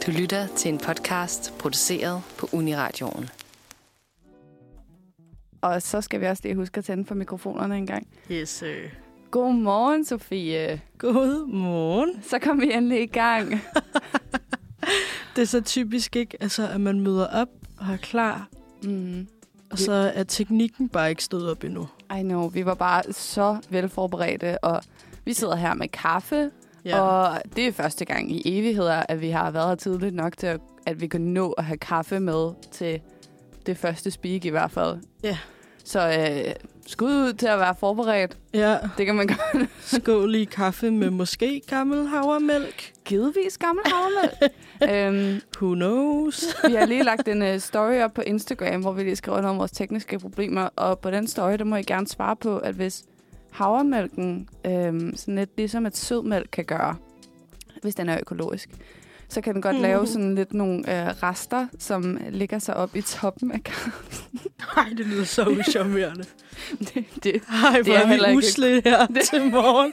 Du lytter til en podcast produceret på Uniradioen. Og så skal vi også lige huske at tænde for mikrofonerne en gang. Yes, sir. Godmorgen, Sofie. Godmorgen. Så kom vi endelig i gang. Det er så typisk ikke, altså, at man møder op og er klar. Og så er teknikken bare ikke stået op endnu. I know, vi var bare så velforberedte, og vi sidder her med kaffe. Ja. Og det er første gang i evigheder, at vi har været her tidligt nok til, at vi kan nå at have kaffe med til det første speak i hvert fald. Ja. Så skud ud til at være forberedt. Ja. Det kan man godt. Skål i kaffe med måske gammel havremælk. Givetvis gammel havremælk. Who knows? Vi har lige lagt en story op på Instagram, hvor vi lige skriver om vores tekniske problemer. Og på den story, der må I gerne svare på, at hvis havremælken, sådan lidt ligesom et sødmælk kan gøre, hvis den er økologisk, så kan den godt lave sådan lidt nogle rester, som ligger sig op i toppen af kaffen. Nej, det lyder så uschammerende. det er vi usle her til morgen.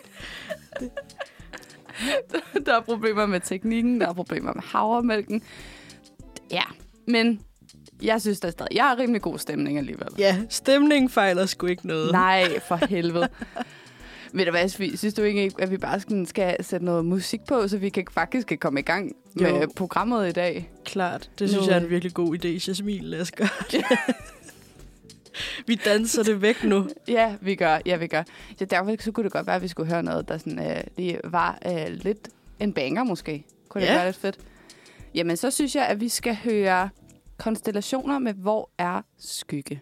Der er problemer med teknikken, der er problemer med havremælken. Ja, men jeg synes da stadig, jeg har rimelig god stemning alligevel. Ja, stemningen fejler sgu ikke noget. Nej, for helvede. Ved du hvad, synes du ikke, at vi bare skal sætte noget musik på, så vi faktisk komme i gang med programmet i dag? Klart, det synes jeg er en virkelig god idé. Jasmin, lad os gøre det. Vi danser det væk nu. Ja, vi gør. Så derfor så kunne det godt være, at vi skulle høre noget, der sådan, lige var lidt en banger måske. Kunne det være lidt fedt? Jamen, så synes jeg, at vi skal høre konstellationer med Hvor er skygge?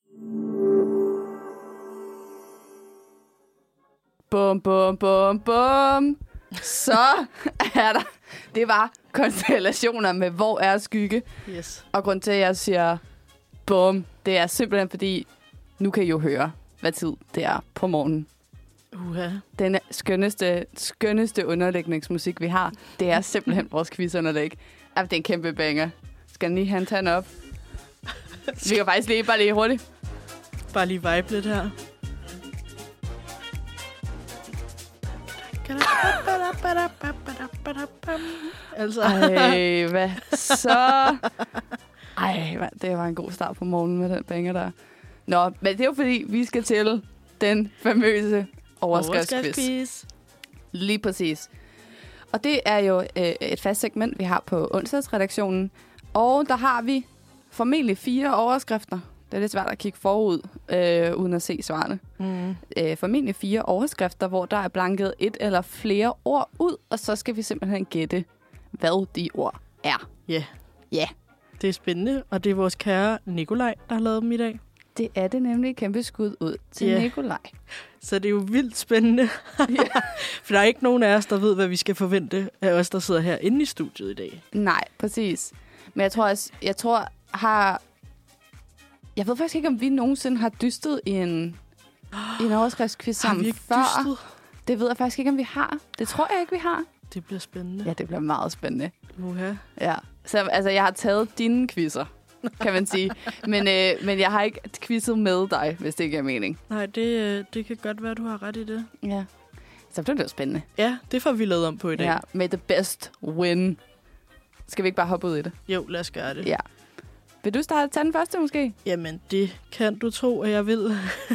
Bum, bum, bum, bum. Så er der. Det var konstellationer med Hvor er skygge? Yes. Og grund til, at jeg siger bum, det er simpelthen fordi, nu kan I jo høre, hvad tid det er på morgenen. Den skønneste underlægningsmusik, vi har, det er simpelthen vores quizunderlæg. Det er en kæmpe banger. Skal den lige have en tand op? Vi kan faktisk bare lige hurtigt. Bare lige vibe lidt her. Altså. Ej, hvad så? Ej, det var en god start på morgenen med den banger der. Nå, men det er jo fordi, vi skal til den famøse overskriftsquiz. Lige præcis. Og det er jo et fast segment, vi har på onsdagsredaktionen. Og der har vi formentlig 4 overskrifter. Det er lidt svært at kigge forud, uden at se svarene. Formentlig 4 overskrifter, hvor der er blanket et eller flere ord ud, og så skal vi simpelthen gætte, hvad de ord er. Ja. Ja. Det er spændende, og det er vores kære Nikolaj, der har lavet dem i dag. Det er det nemlig. Kæmpe skud ud til Nikolaj. Så det er jo vildt spændende. For der er ikke nogen af os, der ved, hvad vi skal forvente af os, der sidder her inde i studiet i dag. Nej, præcis. Men jeg ved faktisk ikke, om vi nogensinde har dystet i en overskriftsquiz sammen før. Dystet? Det ved jeg faktisk ikke, om vi har. Det tror jeg ikke, vi har. Det bliver spændende. Ja, det bliver meget spændende. Ja. Så altså, jeg har taget dine quizzer, kan man sige. men jeg har ikke quizzet med dig, hvis det ikke er mening. Nej, det kan godt være, du har ret i det. Ja. Så bliver det jo spændende. Ja, det får vi lavet om på i dag. Ja, may the best win. Skal vi ikke bare hoppe ud i det? Jo, lad os gøre det. Ja. Vil du tage den første, måske? Jamen, det kan du tro, at jeg vil.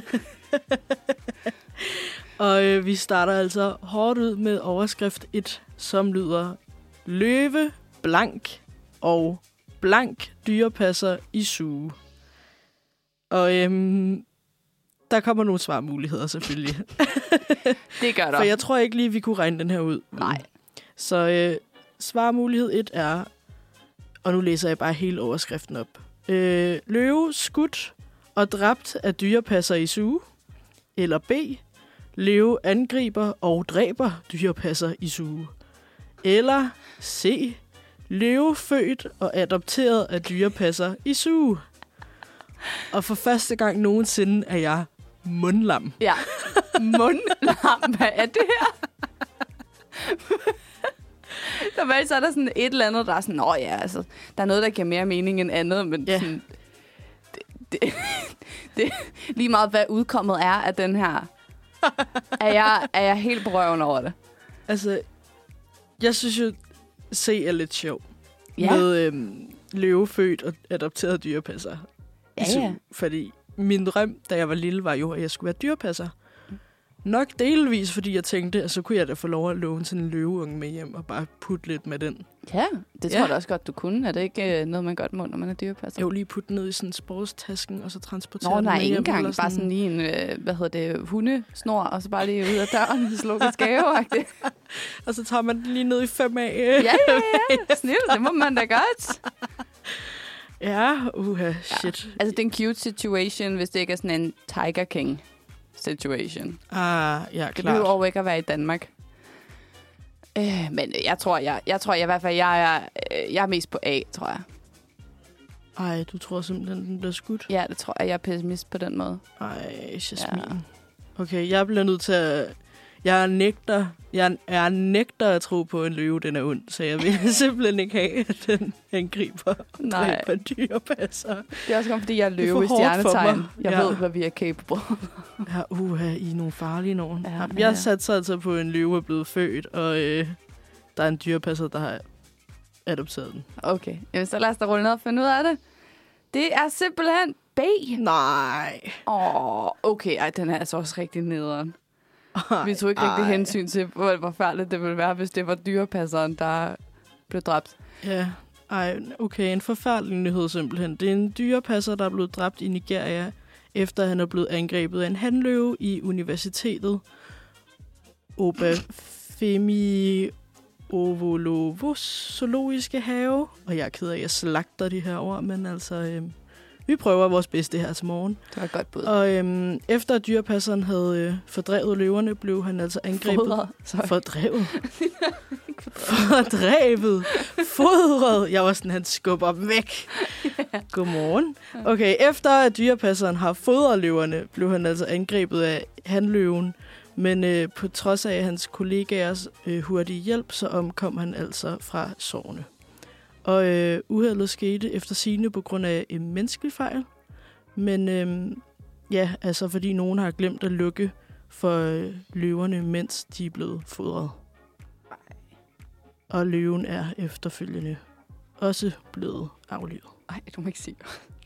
Og vi starter altså hårdt ud med overskrift 1, som lyder: Løve, blank og blank dyrepasser i suge. Og der kommer nogle svarmuligheder selvfølgelig. Det gør der. For jeg tror ikke lige, vi kunne regne den her ud. Nej. Så svarmulighed 1 er, og nu læser jeg bare hele overskriften op. Løve skudt og dræbt af dyrepasser i suge. Eller B. Løve angriber og dræber dyrepasser i suge. Eller C. Løve født og adopteret af dyrepasser i suge. Og for første gang nogensinde er jeg mundlam. Ja, mundlam. Hvad er det her? Så er der sådan et eller andet, der er sådan, altså, der er noget, der giver mere mening end andet, men sådan, det lige meget, hvad udkommet er af den her, er jeg helt på røven over det. Altså, jeg synes jo, C er lidt sjov. med løvefødt og adopteret dyrepasser. Ja. Fordi min drøm, da jeg var lille, var jo, at jeg skulle være dyrepasser. Nok delvis, fordi jeg tænkte, at så kunne jeg da få lov at låne sådan en løveunge med hjem og bare putte lidt med den. Ja, det tror jeg da også godt, du kunne. Er det ikke noget, man godt må, når man er dyrepasser? Jo, lige putte ned i sådan en sportstasken, og så transportere den nej, med hjem. ikke engang. Bare sådan lige en, hundesnor, og så bare lige ud af døren i slukkets gave-agtigt. Og så tager man den lige ned i 5 af. Ja. Snil, det må man da godt. Ja, shit. Ja. Altså, det er en cute situation, hvis det ikke er sådan en Tiger King situation. Ja, klart. Det behøver over ikke at være i Danmark. Men jeg tror i hvert fald, jeg er mest på A, tror jeg. Ej, du tror simpelthen, den bliver skudt? Ja, det tror jeg. Jeg er pessimist på den måde. Ej, Jasmin. Ja. Okay, jeg bliver nødt til at... Jeg nægter at tro på, at en løve den er ond, så jeg vil simpelthen ikke have, at den angriber på dyrepasser. Det er også godt, fordi jeg er løve i stjernetegn. Jeg ved, hvad vi er capable. Ja, I er nogle farlige nogen. Ja. Jeg satte altså på, en løve er blevet født, og der er en dyrepasser, der har adopteret den. Okay, jamen, så lad os da rulle ned og finde ud af det. Det er simpelthen B. Nej. Okay, den er altså også rigtig nederen. Vi tog ikke rigtig hensyn til, hvor forfærdeligt det ville være, hvis det var dyrepasseren, der blev dræbt. Ja, okay, en forfærdelig nyhed simpelthen. Det er en dyrepasser, der er blevet dræbt i Nigeria, efter han er blevet angrebet af en hanløve i universitetet Obafemi Ovolovos zoologiske have. Og jeg er ked af, at jeg slagter de her ord, men altså... Vi prøver vores bedste her til morgen. Det var et godt bud. Og efter at dyrepasseren havde fordrevet løverne, blev han altså angrebet. Fodret. Jeg var sådan, han skubber væk. Godmorgen. Okay, efter at dyrepasseren har fodret løverne, blev han altså angrebet af hanløven. Men på trods af hans kollegaers hurtige hjælp, så omkom han altså fra sårene. Og uheldet skete efter sigende på grund af en menneskelig fejl. Men altså fordi nogen har glemt at lukke for løverne, mens de er blevet fodret. Og løven er efterfølgende også blevet aflivet. Nej, du må ikke sige.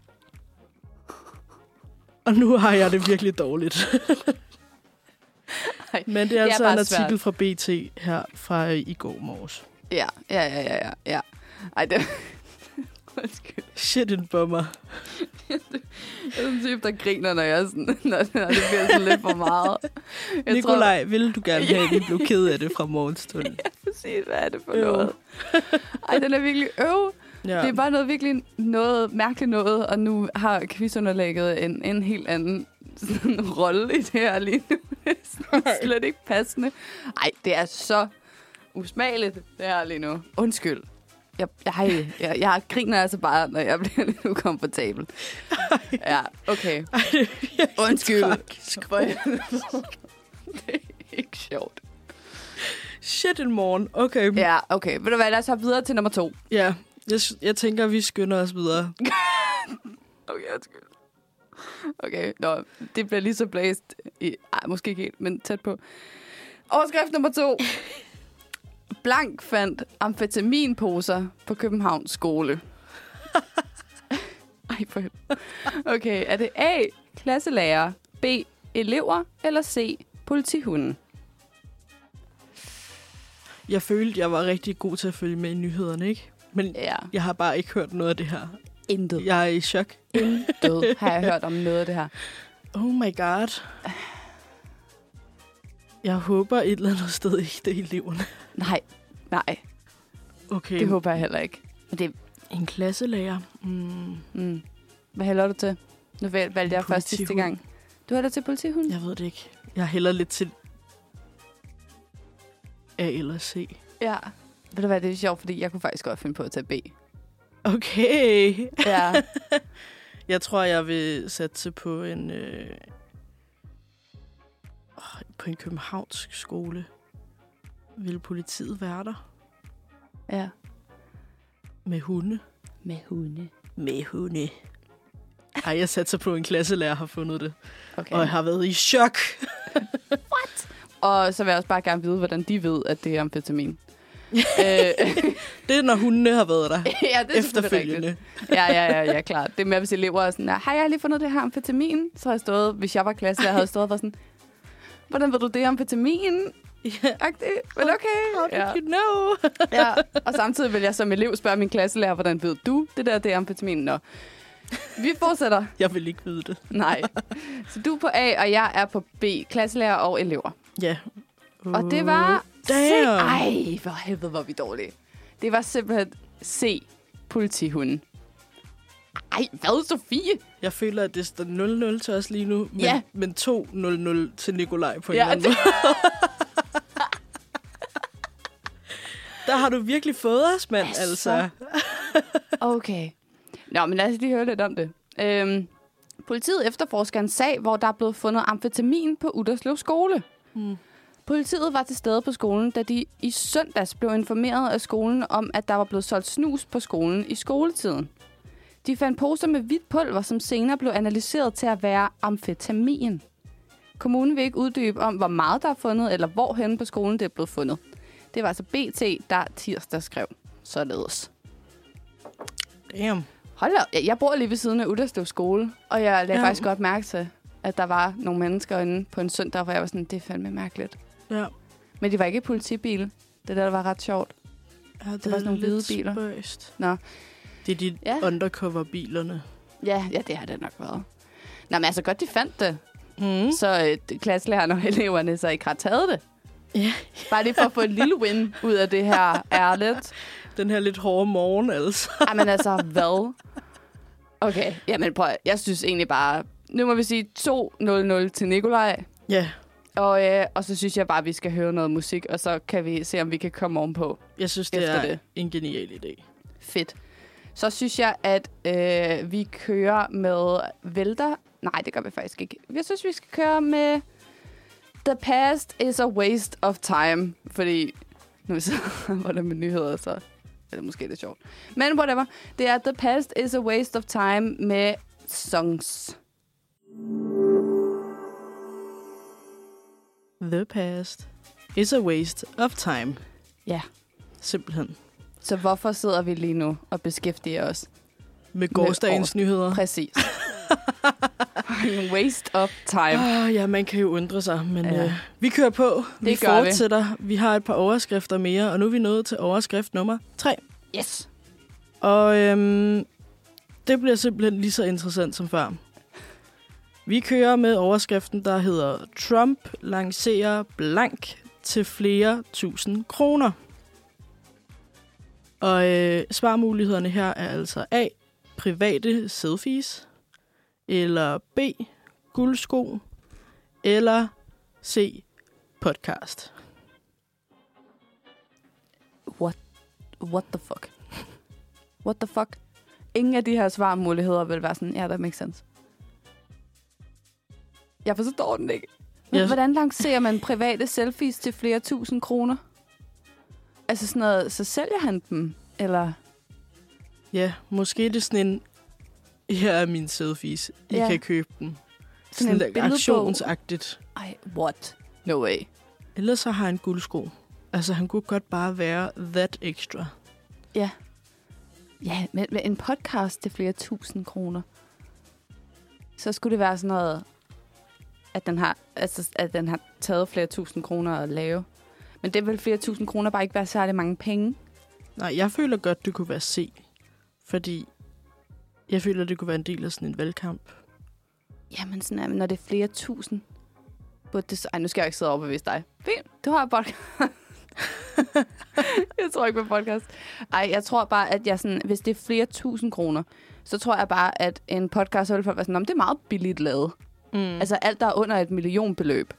Og nu har jeg det virkelig dårligt. Men det er altså en artikel fra BT her fra i går morges. Ja. Ej, det... Shit, en bummer. Jeg er sådan en type, der griner, når jeg sådan, når det bliver sådan lidt for meget. Nikolaj, ville du gerne have, at vi blev ked af det fra morgenstunden? Ja, præcis. Hvad er det for noget? Ej, den er virkelig øv. Ja. Det er bare noget mærkeligt noget, og nu har quizunderlægget en helt anden sådan, rolle i det her lige nu. Det er slet ikke passende. Ej, det er så usmageligt, det her lige nu. Undskyld. Jeg griner altså bare, når jeg bliver lidt ukomfortabel. Ja, okay. Undskyld. Det er ikke sjovt. Shit, en morgen. Okay. Ja, okay. Vil du være, lad os hoppe videre til nummer 2. Ja, jeg tænker, vi skynder os videre. Okay, undskyld. Okay, det bliver lige så blæst. Måske ikke helt, men tæt på. Overskrift nummer 2. Blank fandt amfetaminposer på Københavns skole. Ej, for helvede. Okay, er det A, klasselærer, B, elever, eller C, politihunden? Jeg følte, jeg var rigtig god til at følge med i nyhederne, ikke? Men jeg har bare ikke hørt noget af det her. Intet. Jeg er i chok. Intet har jeg hørt om noget af det her. Oh my god. Jeg håber et eller andet sted ikke, det er eleverne. Nej. Okay. Det håber jeg heller ikke. Men det er en klasselærer. Hvad hælder du til? Nu valgte jeg først sidste gang. Du hælder til politihunden? Jeg ved det ikke. Jeg hælder lidt til A eller C. Ja. Ved du hvad, det er sjovt, fordi jeg kunne faktisk godt finde på at tage B. Okay. Ja. Jeg tror, jeg vil satse på en københavnsk skole. Vil politiet være der? Ja. Med hunde? Med hunde. Ej, jeg satser på, en klasselærer har fundet det. Okay. Og jeg har været i chok. What? Og så vil jeg også bare gerne vide, hvordan de ved, at det er amfetamin. Det er, når hundene har været der Ja, det er efterfølgende. Ja, klart. Det er med, hvis elever er sådan, hej, jeg har lige fundet det her amfetamin. Så har jeg stået, hvis jeg var klasse, jeg havde stået og været sådan, hvordan ved du det amfetamin? Agtigt. Men okay. How did you know? Ja, og samtidig vil jeg som elev spørge min klasselærer, hvordan ved du det der, det er amfetamin? Nå. Vi fortsætter. Jeg vil ikke vide det. Nej. Så du er på A, og jeg er på B. Klasselærer og elever. Ja. Og det var damn. Ej, for helvede, hvor vi dårlige. Det var simpelthen C. Politihunden. Ej, hvad, Sofie? Jeg føler, at det står 0-0 til os lige nu, men 2-0-0 til Nikolaj på en eller anden måde. Der har du virkelig fået os, mand, altså. Okay. Nå, men lad os lige høre lidt om det. Politiet efterforsker en sag, hvor der er blevet fundet amfetamin på Udderslev skole. Politiet var til stede på skolen, da de i søndags blev informeret af skolen om, at der var blevet solgt snus på skolen i skoletiden. De fandt poser med hvidt pulver, som senere blev analyseret til at være amfetamin. Kommunen vil ikke uddybe om, hvor meget der er fundet, eller hvorhen på skolen det er blevet fundet. Det var altså BT, der tirsdag skrev således. Damn. Hold da, jeg bor lige ved siden af Udderslev skole, og jeg lagde faktisk godt mærke til, at der var nogle mennesker inde på en søndag, hvor jeg var sådan, det er fandme mærkeligt. Ja. Men det var ikke politibil. Det der var ret sjovt. Ja, det var sådan nogle hvide biler. Spøjst. Nå. Det er de undercover-bilerne. Ja, det har det nok været. Nå, men altså godt, de fandt det. Så klasselærerne og eleverne så ikke har taget det. Ja. Bare lige for at få et lille win ud af det her ærligt. Den her lidt hårde morgen, altså. Jamen altså, hvad? Okay, jamen prøv. Jeg synes egentlig bare, nu må vi sige 2-0-0 til Nikolaj. Ja. Og så synes jeg bare, at vi skal høre noget musik, og så kan vi se, om vi kan komme ovenpå. Jeg synes, det er en genial idé. Fedt. Så synes jeg, at vi kører med Vælter. Nej, det gør vi faktisk ikke. Jeg synes, vi skal køre med The Past is a Waste of Time. Fordi nu så var der med nyheder, så er det måske lidt sjovt. Men whatever. Det er The Past is a Waste of Time med Songs. The past is a waste of time. Ja. Simpelthen. Så hvorfor sidder vi lige nu og beskæftiger os med gårsdagens nyheder? Præcis. Waste of time. Ja, man kan jo undre sig, men vi kører på. Vi fortsætter. Vi har et par overskrifter mere, og nu er vi nået til overskrift nummer 3. Yes. Og det bliver simpelthen lige så interessant som før. Vi kører med overskriften, der hedder Trump lancerer blank til flere tusind kroner. Og svarmulighederne her er altså A. Private selfies. Eller B. Guldsko. Eller C. Podcast. What the fuck? What the fuck? Ingen af de her svarmuligheder vil være sådan, ja, that makes sense. Jeg forstår den ikke. Yes. Hvordan lancerer man private selfies til flere tusind kroner? Altså sådan noget, så sælger han dem, eller? Ja, måske det er sådan en, her er mine selfies, I kan købe dem. Sådan en aktionsagtigt. Ej, what? No way. Ellers så har han guldsko. Altså, han kunne godt bare være that extra. Ja. Ja, men en podcast til flere tusind kroner. Så skulle det være sådan noget, at den har taget flere tusind kroner at lave. Men det vil flere tusind kroner bare ikke være særlig mange penge. Nej, jeg føler godt, det kunne være C. Fordi jeg føler, det kunne være en del af sådan en valgkamp. Jamen, sådan, når det er flere tusind. Nu skal jeg ikke sidde og overbevise dig. Fint, du har podcast. Jeg tror ikke på podcast. Ej, jeg tror bare, at hvis det er flere tusind kroner, så tror jeg bare, at en podcast, så vil folk være sådan, det er meget billigt lavet. Altså alt, der er under et millionbeløb,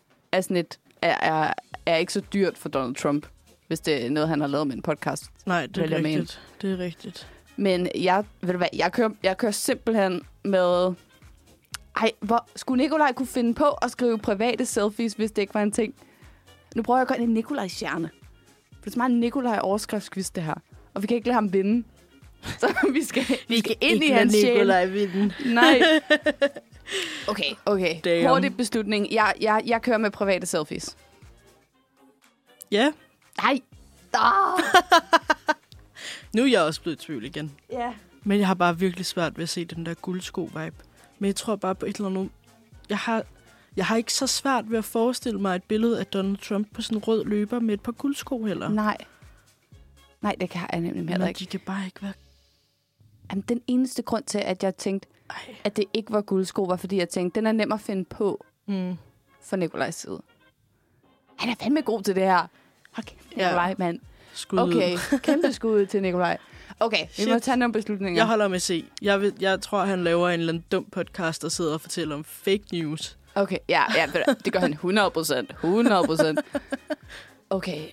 er ikke så dyrt for Donald Trump, hvis det er noget, han har lavet med en podcast. Nej, det er rigtigt. Det er rigtigt. Men jeg kører simpelthen med... skulle Nikolaj kunne finde på at skrive private selfies, hvis det ikke var en ting? Nu prøver jeg at gøre en Nikolajs stjerne. For det er så meget en Nikolaj-overskriftsquiz, det her. Og vi kan ikke lade ham vinde. Så vi skal ind i hans sjæl. Nikolaj vinde. Nej. Okay. Damn. Hurtig beslutning. Jeg kører med private selfies. Ja. Nej. Nu er jeg også blevet i tvivl igen. Ja. Men jeg har bare virkelig svært ved at se den der guldsko-vibe. Men jeg tror bare på et eller andet... Jeg har ikke så svært ved at forestille mig et billede af Donald Trump på sådan en rød løber med et par guldsko heller. Nej, det kan jeg nemlig heller ikke. Men de kan bare ikke være... Jamen, den eneste grund til, at jeg tænkte, at det ikke var guldsko, var fordi jeg tænkte, den er nem at finde på for Nikolajs side. Han er fandme god til det her. Okay, Nikolaj, mand. Okay, kæmpe skud til Nikolaj. Okay, vi må tage nogle beslutninger. Jeg holder med at se. Jeg tror, han laver en eller anden dum podcast, og sidder og fortæller om fake news. Okay, ja, det gør han 100%. Okay,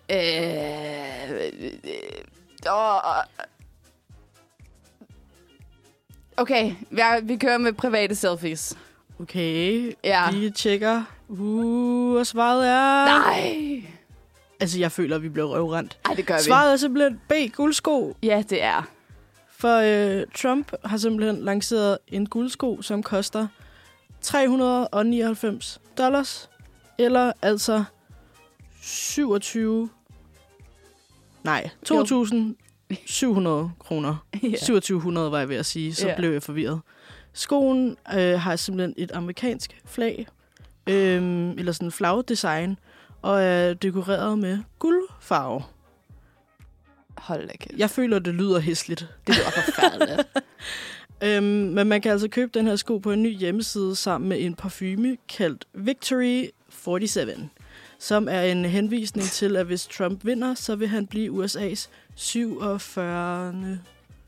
okay, vi kører med private selfies. Okay, vi tjekker. Og svaret er... Nej! Altså, jeg føler, at vi bliver røvrendt. Ej, det gør vi. Svaret er simpelthen B, guldsko. Ja, det er. For Trump har simpelthen lanceret en guldsko, som koster $399. Eller altså 2.700 kroner. 2700 var jeg ved at sige, så blev jeg forvirret. Skoen har simpelthen et amerikansk flag, eller sådan en flagdesign, og er dekoreret med guldfarve. Hold da kæft. Jeg føler, det lyder hæsligt. Det lyder forfærdeligt. Men man kan altså købe den her sko på en ny hjemmeside sammen med en parfume kaldt Victory 47, som er en henvisning til, at hvis Trump vinder, så vil han blive USA's 47.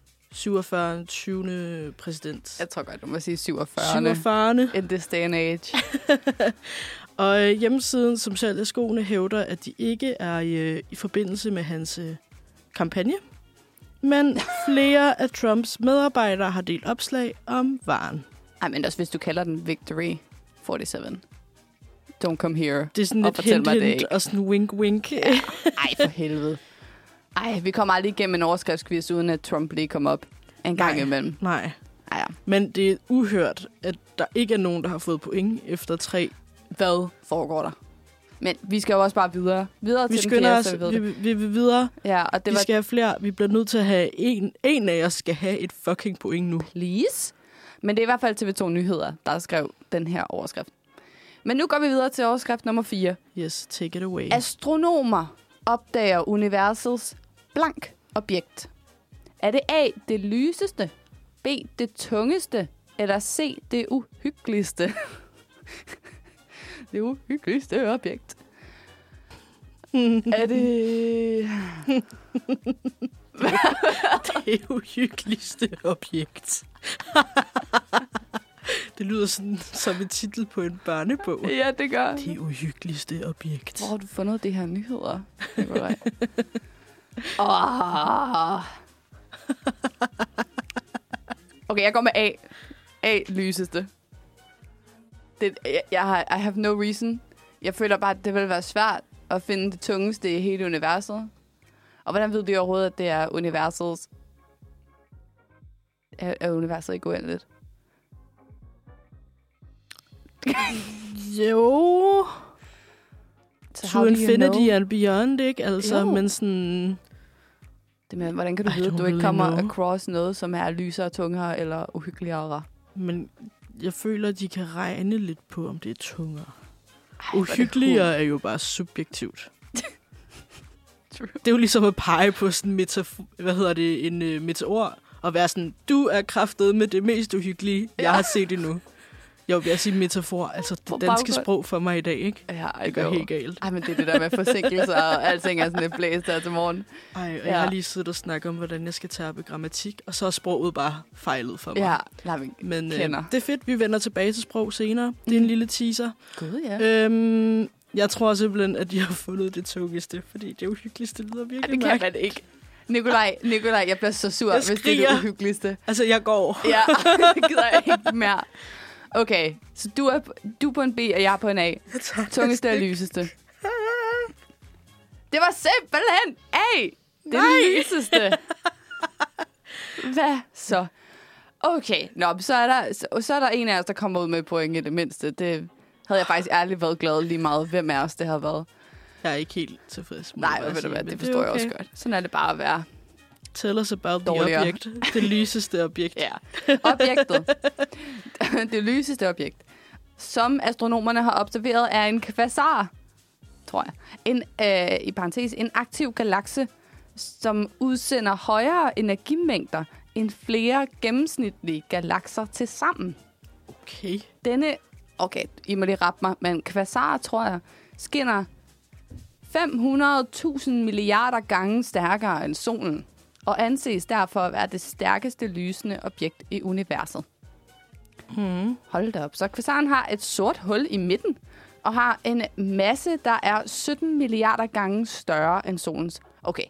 20. præsident. Jeg tror godt, du må sige 47. 47. In this day and age. Og hjemmesiden, som sælger skoene, hævder, at de ikke er i forbindelse med hans kampagne. Men flere af Trumps medarbejdere har delt opslag om varen. Ej, men også hvis du kalder den Victory 47. Don't come here. Det er sådan lidt hint og sådan wink-wink. Ja. Ej, for helvede. Ej, vi kommer aldrig igennem en overskriftsquiz, uden at Trump lige kommer op en gang imellem. Nej. Ja. Men det er uhørt, at der ikke er nogen, der har fået point efter 3. Hvad foregår der? Men vi skal jo også bare videre. Videre vi til den fjerde, så vi ved det. Vi vil videre. Ja, og det vi skal have flere. Vi bliver nødt til at have en af os skal have et fucking point nu. Please. Men det er i hvert fald TV2 Nyheder, der skrev den her overskrift. Men nu går vi videre til overskrift nummer 4. Yes, take it away. Astronomer opdager universets blank objekt. Er det A, det lyseste, B, det tungeste, eller C, det uhyggeligste? Det uhyggeligste objekt. Er det... Det uhyggeligste objekt. Det lyder sådan som en titel på en børnebog. Ja, det gør. Det uhyggeligste objekt. Hvor har du fundet de her nyheder? Okay, jeg går med A. A, lyseste. I have no reason. Jeg føler bare, at det vil være svært at finde det tungeste i hele universet. Og hvordan ved du overhovedet, at det er universets... Er universet ikke uendeligt? Jo. To infinity and beyond, ikke? Altså, men sådan... Men hvordan kan du vide, at du ikke kommer across noget, som er lysere, tungere eller uhyggeligere? Men jeg føler, at de kan regne lidt på, om det er tungere. Uhyggeligere er jo bare subjektivt. Det er jo ligesom at pege på sådan en meteor, og være sådan, du er kraftet med det mest uhyggelige, jeg har set endnu. Jeg vil sige metafor, altså det danske sprog for mig i dag, ikke? Ja, det går helt galt. Ej, men det er det der med forsinkelser, og alting er sådan lidt blæst der til morgen. Ej, og jeg har lige siddet og snakket om, hvordan jeg skal tage grammatik, og så er sproget bare fejlet for mig. Ja, men det er fedt, vi vender tilbage til sprog senere. Det er en lille teaser. Gud, ja. Jeg tror simpelthen, at de har fundet det tungeste, fordi det uhyggeligste lyder virkelig mærkeligt. Det kan man ikke. Nikolaj, jeg bliver så sur, hvis det er det uhyggeligste. Altså, jeg går. Ja, det gider jeg ikke mere. Okay, så du er på en B, og jeg er på en A. Tungeste og lyseste. Det var simpelthen A! Det lyseste. Hvad så? Okay, så er der en af os, der kommer ud med point i det mindste. Det havde jeg faktisk ærligt været glad lige meget, hvem af os det har været. Jeg er ikke helt tilfreds med Nej, ved du hvad, det forstår jeg også godt. Sådan er det bare at være. Tell us about the Dårligere. object. Det lyseste objekt. Ja. Objektet. Det lyseste objekt, som astronomerne har observeret, er en kvasar, tror jeg. I parentes, en aktiv galakse, som udsender højere energimængder end flere gennemsnitlige galakser til sammen. Okay, I må lige rette mig, men kvasar, tror jeg, skinner 500.000 milliarder gange stærkere end solen, og anses derfor at være det stærkeste lysende objekt i universet. Hold da op. Så kvasaren har et sort hul i midten, og har en masse, der er 17 milliarder gange større end solens. Okay.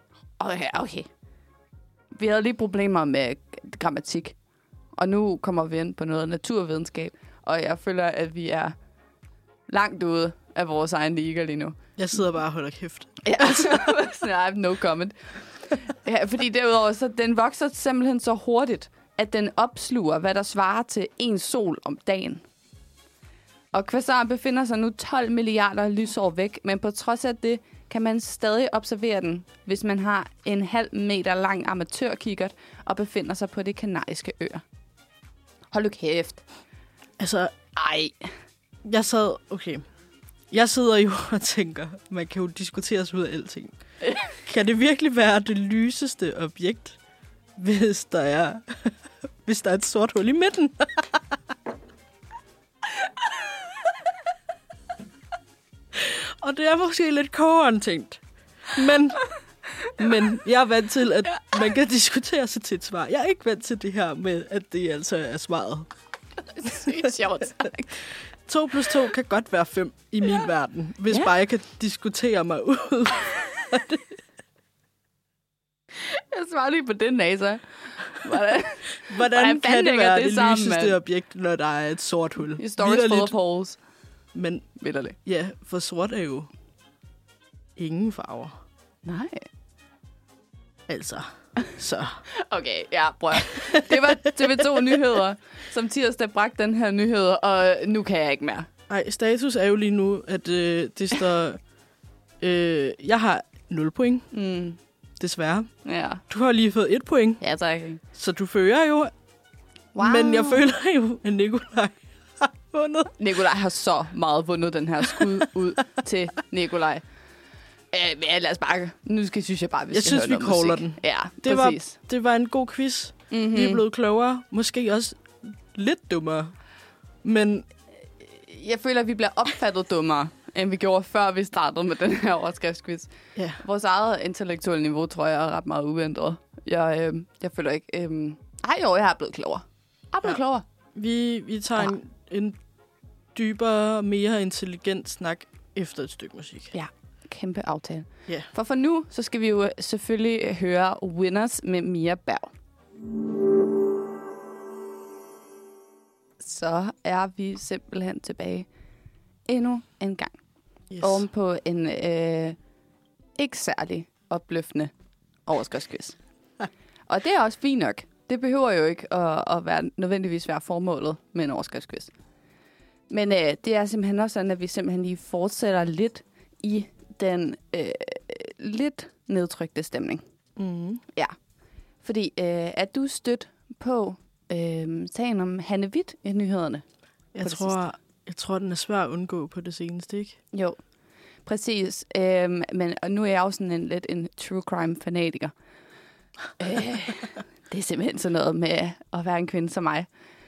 Vi havde lige problemer med grammatik, og nu kommer vi ind på noget naturvidenskab, og jeg føler, at vi er langt ude af vores egen liga lige nu. Jeg sidder bare og holder kæft. Ja, altså, no comment. Ja, fordi derudover, så den vokser simpelthen så hurtigt, at den opsluger, hvad der svarer til en sol om dagen. Og kvasaren befinder sig nu 12 milliarder lysår væk, men på trods af det, kan man stadig observere den, hvis man har en halv meter lang amatørkikkert og befinder sig på de kanariske øer. Hold nu kæft. Altså, jeg sidder jo og tænker, man kan jo diskutere sig ud af alting. Kan det virkelig være det lyseste objekt, hvis der er et sort hul i midten? Og det er måske lidt kogeren tænkt. Men jeg er vant til, at man kan diskutere sig til et svar. Jeg er ikke vant til det her med, at det altså er svaret. Det er sjovt. 2 plus 2 kan godt være 5 i min verden, hvis bare jeg kan diskutere mig ud. Jeg svarer lige på den, NASA. Hvordan kan det være det lyseste objekt, når der er et sort hul? Stories full of holes. Men vitterligt. Ja, for sort er jo ingen farver. Nej. Altså, så. Okay, ja, prøv. Det var TV2 Nyheder, som tirsdag bragte den her nyhed, og nu kan jeg ikke mere. Nej, status er jo lige nu, at det står... jeg har 0 point. Desværre. Ja. Du har lige fået 1 point. Ja, tak. Så du fører jo. Wow. Men jeg føler jo, at Nikolaj har vundet. Nikolaj har så meget vundet den her skud ud til Nikolaj. Ja, lad os bare... Nu synes jeg bare, vi skal høre noget musik. Caller den. Ja, præcis. Det var en god quiz. Mm-hmm. Vi er blevet klogere. Måske også lidt dummere. Men... Jeg føler, at vi bliver opfattet dummere, end vi gjorde, før vi startede med den her overskriftsquiz. Yeah. Vores eget intellektuelle niveau, tror jeg, er ret meget uændret. Jeg føler ikke... jeg er blevet klogere. Klogere. Vi tager en dybere, mere intelligent snak efter et stykke musik. Ja, kæmpe aftale. Yeah. For nu, så skal vi jo selvfølgelig høre Winners med Mia Berg. Så er vi simpelthen tilbage endnu en gang. Yes. Oven på en ikke særlig opløftende overskriftsquiz. Og det er også fint nok. Det behøver jo ikke at nødvendigvis være formålet med en overskriftsquiz. Men det er simpelthen også sådan, at vi simpelthen lige fortsætter lidt i den lidt nedtrykte stemning. Mm. Ja. Fordi er du stødt på sagen om Hanne Hvidt i nyhederne? Jeg tror, den er svær at undgå på det seneste, ikke? Jo, præcis. Og nu er jeg jo sådan en true crime-fanatiker. Det er simpelthen sådan noget med at være en kvinde som mig.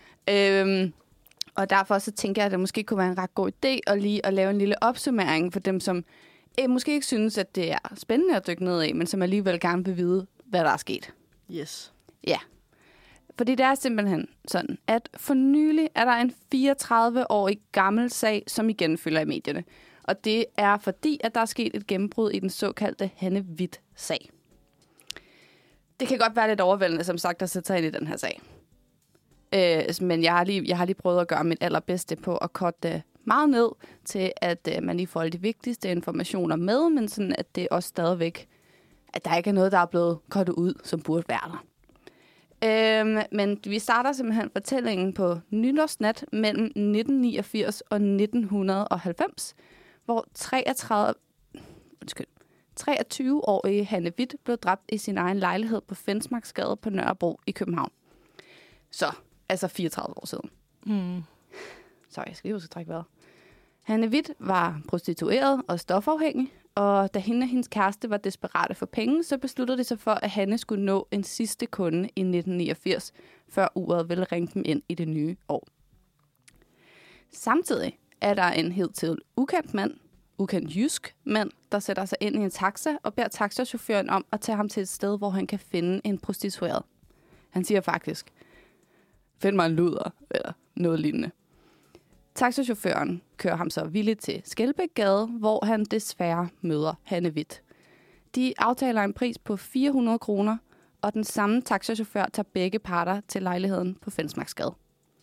Og derfor så tænker jeg, at det måske kunne være en ret god idé at lave en lille opsummering for dem, som måske ikke synes, at det er spændende at dykke ned i, men som alligevel gerne vil vide, hvad der er sket. Yes. Ja. Fordi det er simpelthen sådan, at for nylig er der en 34-årig gammel sag, som igen fylder i medierne. Og det er fordi, at der er sket et gennembrud i den såkaldte Hanne Hvidt-sag. Det kan godt være lidt overvældende, som sagt, at sætte sig ind i den her sag. Men jeg har lige prøvet at gøre mit allerbedste på at korte meget ned til, at man lige får de vigtigste informationer med, men sådan, at det også stadigvæk, at der ikke er noget, der er blevet kortet ud, som burde være der. Men vi starter simpelthen fortællingen på nytårsnat mellem 1989 og 1990, hvor 23-årige Hanne Hvidt blev dræbt i sin egen lejlighed på Fensmarksgade på Nørrebro i København. Så, altså 34 år siden. Så jeg skal lige huske at trække vejret. Hanne Hvidt var prostitueret og stofafhængig, og da hende og hendes kæreste var desperate for penge, så besluttede de sig for, at Hanne skulle nå en sidste kunde i 1989, før uret ville ringe dem ind i det nye år. Samtidig er der en hidtil ukendt jysk mand, der sætter sig ind i en taxa og beder taxachaufføren om at tage ham til et sted, hvor han kan finde en prostitueret. Han siger faktisk, find mig en luder, eller noget lignende. Taxachaufføren kører ham så villigt til Skelbækgade, hvor han desværre møder Hanne Hvidt. De aftaler en pris på 400 kroner, og den samme taxachauffør tager begge parter til lejligheden på Fensmarksgade.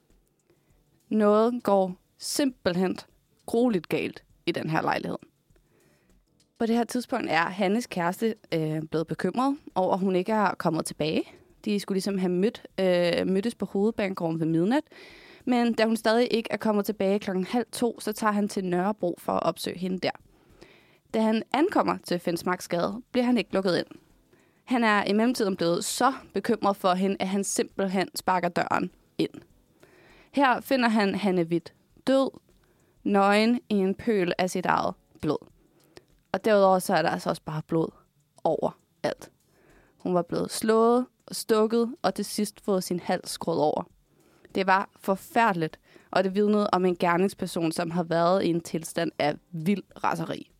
Noget går simpelthen grueligt galt i den her lejlighed. På det her tidspunkt er Hannes kæreste blevet bekymret over, at hun ikke er kommet tilbage. De skulle ligesom have mødtes på Hovedbanegården ved midnat. Men da hun stadig ikke er kommet tilbage 1:30, så tager han til Nørrebro for at opsøge hende der. Da han ankommer til Fensmarksgade, bliver han ikke lukket ind. Han er i mellemtiden blevet så bekymret for hende, at han simpelthen sparker døren ind. Her finder han Hanne Hvidt død, nøgen i en pøl af sit eget blod. Og derudover så er der altså også bare blod overalt. Hun var blevet slået og stukket, og til sidst fået sin hals skruet over. Det var forfærdeligt, og det vidnede om en gerningsperson, som har været i en tilstand af vild raseri.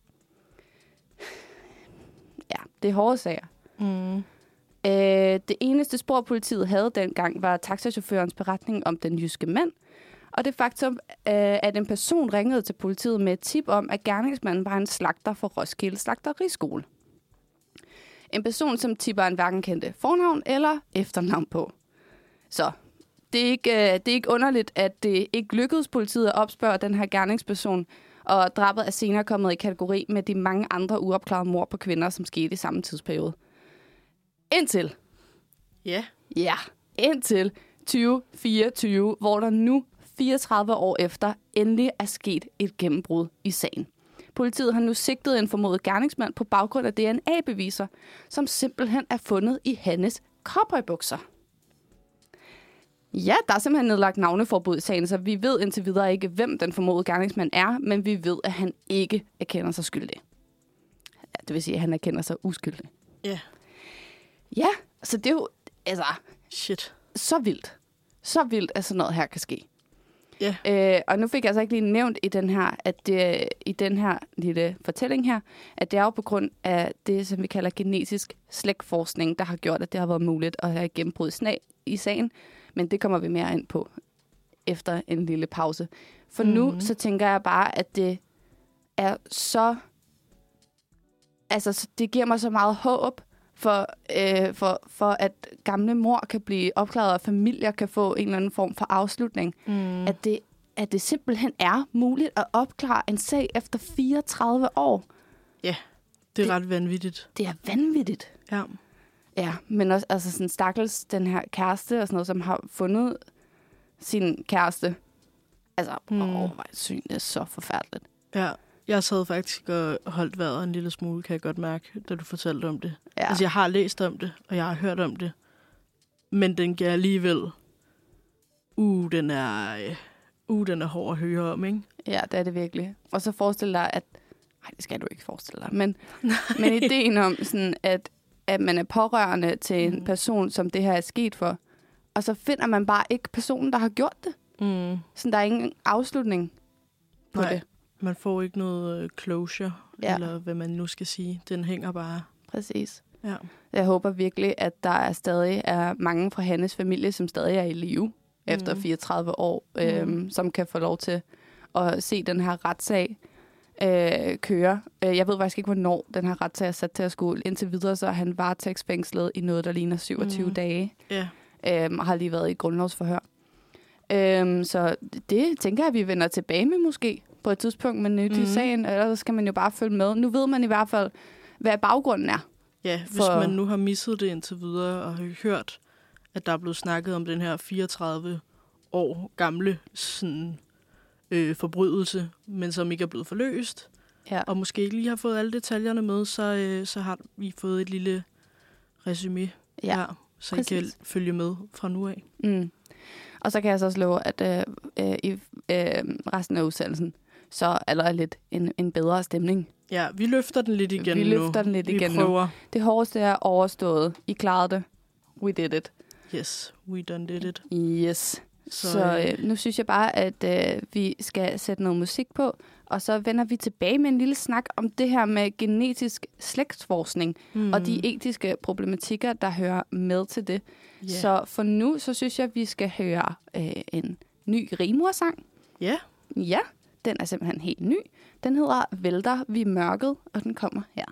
Ja, det er hårde sager. Det eneste spor, politiet havde dengang, var taxachaufførens beretning om den jyske mand, og det faktum, at en person ringede til politiet med et tip om, at gerningsmanden var en slagter for Roskilde Slagteriskole. En person, som tipperen hverken kendte fornavn eller efternavn på. Så det er ikke underligt, at det ikke lykkedes politiet at opspørge den her gerningsperson, og drabet er senere kommet i kategori med de mange andre uopklarede mord på kvinder, som skete i samme tidsperiode. Indtil 2024, hvor der nu 34 år efter endelig er sket et gennembrud i sagen. Politiet har nu sigtet en formodet gerningsmand på baggrund af DNA-beviser, som simpelthen er fundet i Hannes cowboybukser. Ja, der er simpelthen nedlagt navneforbud i sagen, så vi ved indtil videre ikke, hvem den formodede gerningsmand er, men vi ved, at han ikke erkender sig skyldig. Ja, det vil sige, at han erkender sig uskyldig. Ja. Ja, så det er jo Shit. Så vildt, at sådan noget her kan ske. Ja. Og nu fik jeg altså ikke lige nævnt i den her lille fortælling her, at det er jo på grund af det, som vi kalder genetisk slægtforskning, der har gjort, at det har været muligt at have gennembrud i sagen. Men det kommer vi mere ind på efter en lille pause. For nu så tænker jeg bare, at det er så... Altså, det giver mig så meget håb for at gamle mor kan blive opklaret, og familier kan få en eller anden form for afslutning. At det simpelthen er muligt at opklare en sag efter 34 år. Ja, det er ret vanvittigt. Det er vanvittigt. Ja. Ja, men også altså sådan stakkels den her kæreste og sådan noget, som har fundet sin kæreste. Altså, hvor syn, det er så forfærdeligt. Ja, jeg sad faktisk og holdt vejret en lille smule, kan jeg godt mærke, da du fortalte om det. Ja. Altså, jeg har læst om det, og jeg har hørt om det. Men den giver alligevel... den er hård at høre om, ikke? Ja, det er det virkelig. Og så forestil dig, at... Nej, det skal du ikke forestille dig. Men ideen om, sådan, at man er pårørende til en person, som det her er sket for, og så finder man bare ikke personen, der har gjort det. Sådan, der er ingen afslutning på det. Man får ikke noget closure, eller hvad man nu skal sige. Den hænger bare. Præcis. Ja. Jeg håber virkelig, at der stadig er mange fra Hannes familie, som stadig er i live efter 34 år, som kan få lov til at se den her retssag køre. Jeg ved faktisk ikke, hvornår den her retssag er sat til at skulle. Indtil videre så er han varetægtsfængslet i noget, der ligner 27 dage. Og har lige været i et grundlovsforhør. Så det tænker jeg, at vi vender tilbage med måske på et tidspunkt med nyt i sagen, eller så skal man jo bare følge med. Nu ved man i hvert fald, hvad baggrunden er. Ja, hvis man nu har misset det indtil videre, og har hørt, at der er blevet snakket om den her 34 år gamle sådan, forbrydelse, men som ikke er blevet forløst, Ja. og måske ikke lige har fået alle detaljerne med, så har vi fået et lille resumé her, så I kan følge med fra nu af. Mm. Og så kan jeg så også love, at i resten af udsendelsen, så er der lidt en bedre stemning. Ja, vi løfter den lidt igen nu. Vi løfter den lidt igen prøver. Nu. Det hårdeste er overstået. I klarede det. We did it. Yes, we done did it. Yes. Så nu synes jeg bare, at vi skal sætte noget musik på, og så vender vi tilbage med en lille snak om det her med genetisk slægtsforskning og de etiske problematikker, der hører med til det. Yeah. Så for nu, så synes jeg, at vi skal høre en ny rimor-sang. Ja. Yeah. Ja, den er simpelthen helt ny. Den hedder Vælter vi mørket, og den kommer her.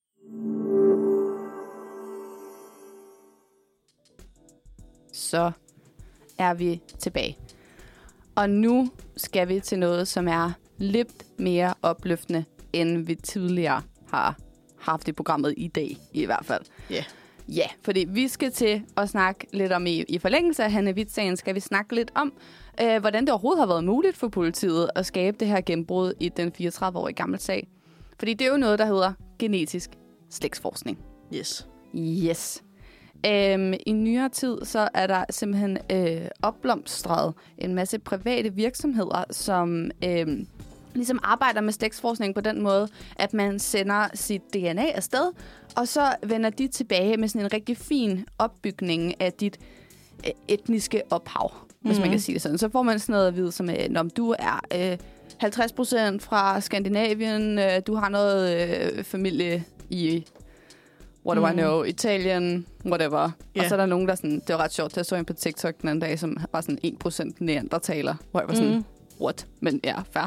Så er vi tilbage. Og nu skal vi til noget, som er lidt mere opløftende, end vi tidligere har haft i programmet i dag, i hvert fald. Ja. Yeah. Ja, fordi vi skal til at snakke lidt om, i forlængelse af Hanne Hvidt-sagen, skal vi snakke lidt om, hvordan det overhovedet har været muligt for politiet at skabe det her gennembrud i den 34-årige gamle sag. Fordi det er jo noget, der hedder genetisk slægtsforskning. Yes. Yes. I nyere tid, så er der simpelthen opblomstret en masse private virksomheder, som ligesom arbejder med slægtsforskning på den måde, at man sender sit DNA afsted, og så vender de tilbage med sådan en rigtig fin opbygning af dit etniske ophav, hvis man kan sige det sådan. Så får man sådan noget at vide, som om du er 50% fra Skandinavien, du har noget familie i what do I know, Italien, whatever. Yeah. Og så er der nogen, der sådan, det var ret sjovt, jeg så en på TikTok den anden dag, som var sådan 1% neandertaler, hvor jeg var sådan, what? Men ja, fair.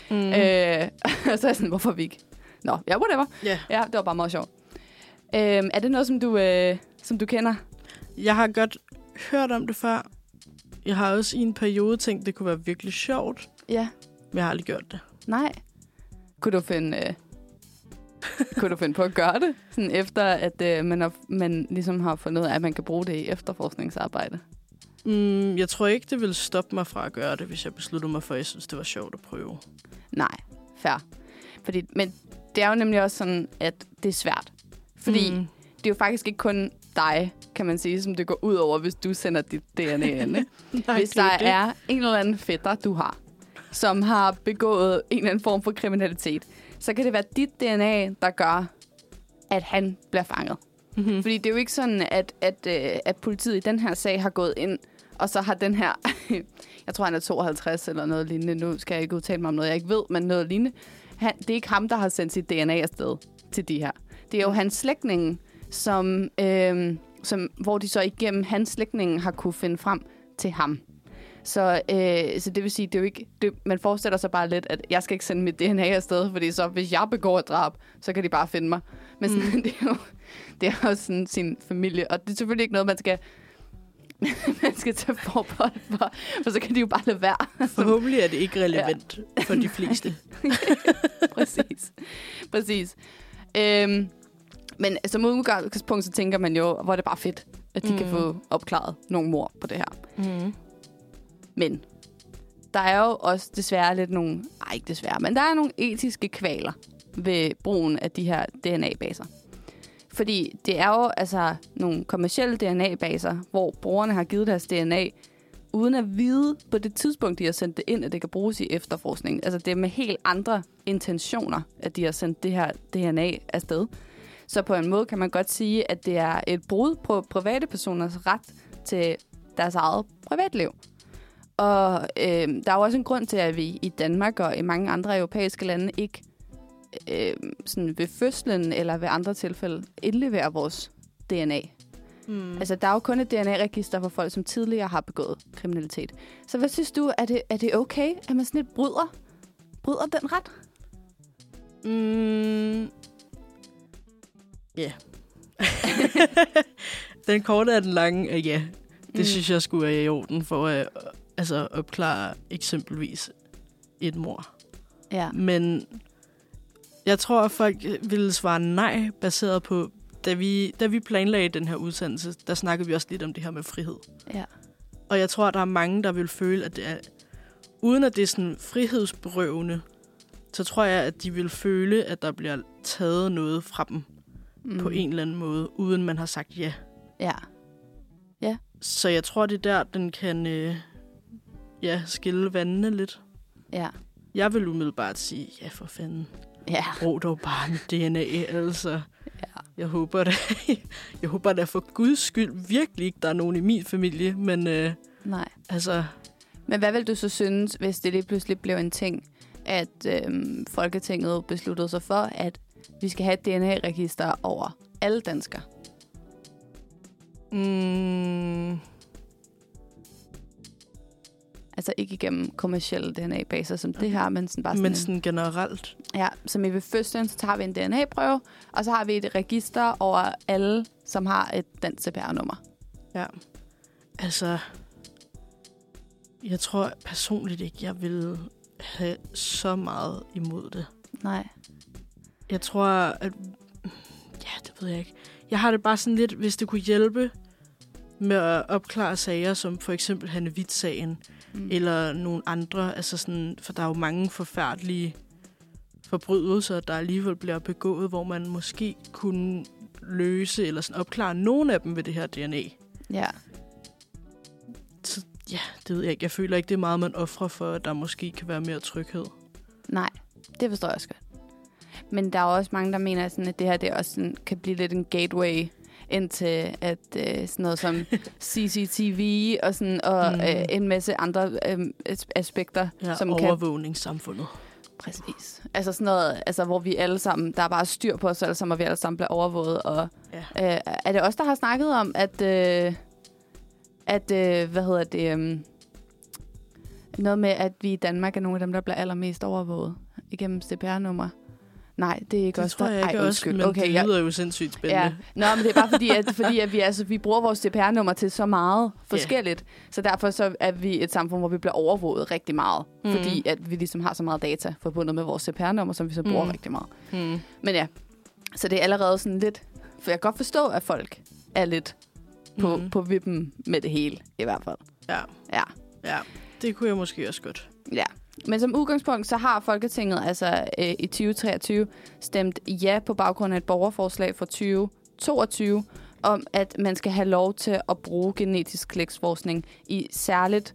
Og så er jeg sådan, hvorfor vi ikke? Nå, ja, whatever. Yeah. Ja, det var bare meget sjovt. Er det noget, som du kender? Jeg har godt hørt om det før. Jeg har også i en periode tænkt, det kunne være virkelig sjovt. Ja. Men jeg har aldrig gjort det. Nej. Kunne du finde på at gøre det? Sådan efter, at man ligesom har fundet ud af, at man kan bruge det i efterforskningsarbejde? Jeg tror ikke, det ville stoppe mig fra at gøre det, hvis jeg besluttede mig for, at jeg synes, det var sjovt at prøve. Nej, fair. Men det er jo nemlig også sådan, at det er svært. Fordi det er jo faktisk ikke kun dig, kan man sige, som det går ud over, hvis du sender dit DNA ind. Hvis der er en eller anden fætter, du har, som har begået en eller anden form for kriminalitet, så kan det være dit DNA, der gør, at han bliver fanget. Mm-hmm. Fordi det er jo ikke sådan, at politiet i den her sag har gået ind, og så har den her, jeg tror han er 52 eller noget lignende, nu skal jeg ikke udtale mig om noget, jeg ikke ved, men noget lignende. Det er ikke ham, der har sendt sit DNA afsted til de her. Det er jo hans slægtninge, hvor de så igennem hans slægtninge har kunne finde frem til ham. Så det vil sige, det er jo ikke, man forestiller sig bare lidt, at jeg skal ikke sende mit DNA afsted, fordi så hvis jeg begår et drab, så kan de bare finde mig. Men sådan, det er jo sådan sin familie, og det er selvfølgelig ikke noget, man skal tage forbehold for så kan de jo bare lade være. Forhåbentlig er det ikke relevant for de fleste. Præcis. Men som udgangspunkt, så tænker man jo, hvor er det bare fedt, at de kan få opklaret nogle mord på det her. Men der er jo også desværre lidt nogle, ikke desværre, men der er nogle etiske kvaler ved brugen af de her DNA-baser. Fordi det er jo altså nogle kommercielle DNA-baser, hvor brugerne har givet deres DNA, uden at vide på det tidspunkt, de har sendt det ind, at det kan bruges i efterforskning. Altså det er med helt andre intentioner, at de har sendt det her DNA afsted. Så på en måde kan man godt sige, at det er et brud på private personers ret til deres eget privatliv. Og der er jo også en grund til, at vi i Danmark og i mange andre europæiske lande ikke sådan ved fødslen eller ved andre tilfælde indleverer vores DNA. Altså, der er jo kun et DNA-register for folk, som tidligere har begået kriminalitet. Så hvad synes du, er det okay, at man sådan lidt bryder den ret? Ja. Den korte er den lange, ja. Det synes jeg skulle være i orden for at opklare eksempelvis et mord. Ja. Men jeg tror, at folk ville svare nej, baseret på, da vi planlagde den her udsendelse, der snakkede vi også lidt om det her med frihed. Ja. Og jeg tror, at der er mange, der vil føle, at det er, uden at det er sådan frihedsberøvende, så tror jeg, at de vil føle, at der bliver taget noget fra dem på en eller anden måde, uden man har sagt ja. Ja. Ja. Så jeg tror, det er der, den kan skille vandene lidt. Ja. Jeg vil umiddelbart sige, ja for fanden. Ja. Brug dog bare mit DNA, altså. Ja. Jeg håber da for Guds skyld virkelig ikke, der er nogen i min familie, men Nej. altså... Men hvad vil du så synes, hvis det lige pludselig blev en ting, at Folketinget besluttede sig for, at vi skal have et DNA-register over alle danskere? Altså ikke igennem kommercielle DNA-baser som det her, men sådan bare sådan... Men sådan generelt. Ja, som i ved fødslen, så tager vi en DNA-prøve, og så har vi et register over alle, som har et dansk CPR-nummer. Ja, altså... Jeg tror personligt ikke, jeg vil have så meget imod det. Nej. Jeg tror, at... Ja, det ved jeg ikke. Jeg har det bare sådan lidt, hvis det kunne hjælpe med at opklare sager, som for eksempel Hanne Hvidt-sagen, eller nogle andre. Altså sådan, for der er jo mange forfærdelige forbrydelser, der alligevel bliver begået, hvor man måske kunne løse eller sådan opklare nogle af dem ved det her DNA. Ja. Så, ja, det ved jeg ikke. Jeg føler ikke, det er meget, man offrer for, at der måske kan være mere tryghed. Nej, det forstår jeg også godt. Men der er også mange, der mener, sådan, at det her det også sådan, kan blive lidt en gateway indtil at sådan noget som CCTV og, sådan, og en masse andre aspekter. Ja, som overvågningssamfundet. Præcis. Altså sådan noget, altså, hvor vi alle sammen, der er bare styr på os alle sammen, og vi alle sammen bliver overvåget. Og, er det os, der har snakket om, at noget med, at vi i Danmark er nogle af dem, der bliver allermest overvåget igennem CPR-nummer? Nej, det er ikke det også. Det tror jeg ikke også, men okay, det lyder jo sindssygt spændende. Ja. Nå, men det er bare fordi at vi bruger vores CPR-nummer til så meget forskelligt. Så derfor så er vi et samfund, hvor vi bliver overvåget rigtig meget. Fordi at vi ligesom har så meget data forbundet med vores CPR-nummer, som vi så bruger rigtig meget. Men ja, så det er allerede sådan lidt... For jeg kan godt forstå, at folk er lidt på vippen med det hele, i hvert fald. Ja, det kunne jeg måske også godt. Ja. Men som udgangspunkt, så har Folketinget altså i 2023 stemt ja på baggrund af et borgerforslag fra 2022 om, at man skal have lov til at bruge genetisk slægtsforskning i særligt,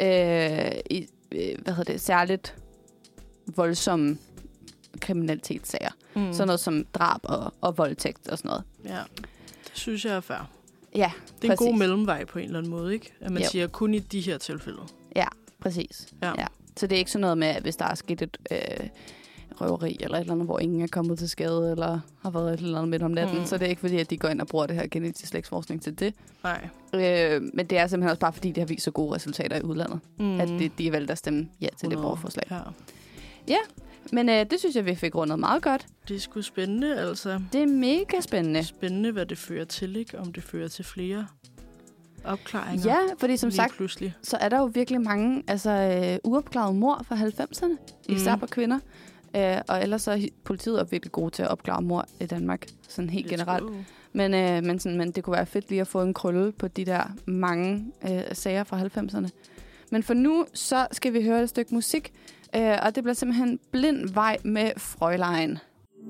særligt voldsomme kriminalitetssager. Sådan noget som drab og voldtægt og sådan noget. Ja, det synes jeg er fair. Ja, det er en god mellemvej på en eller anden måde, ikke? At man siger kun i de her tilfælde. Ja, præcis. Ja. Så det er ikke sådan noget med, at hvis der er sket et røveri eller et eller andet, hvor ingen er kommet til skade, eller har været et eller andet midt om natten, så det er ikke fordi, at de går ind og bruger det her genetisk slægtsforskning til det. Nej. Men det er simpelthen også bare fordi, det har vist så gode resultater i udlandet, at de er valgt at stemme ja til det borgerforslag. Ja, men det synes jeg, vi fik rundet meget godt. Det er sgu spændende, altså. Det er mega spændende. Spændende, hvad det fører til, ikke? Om det fører til flere opklaringer. Ja, fordi som sagt, pludselig. Så er der jo virkelig mange uopklarede mord fra 90'erne, især på kvinder. Og ellers så er politiet også virkelig gode til at opklare mord i Danmark, sådan helt generelt. Men det kunne være fedt lige at få en krølle på de der mange sager fra 90'erne. Men for nu, så skal vi høre et stykke musik, og det bliver simpelthen Blind Vej med Frølein.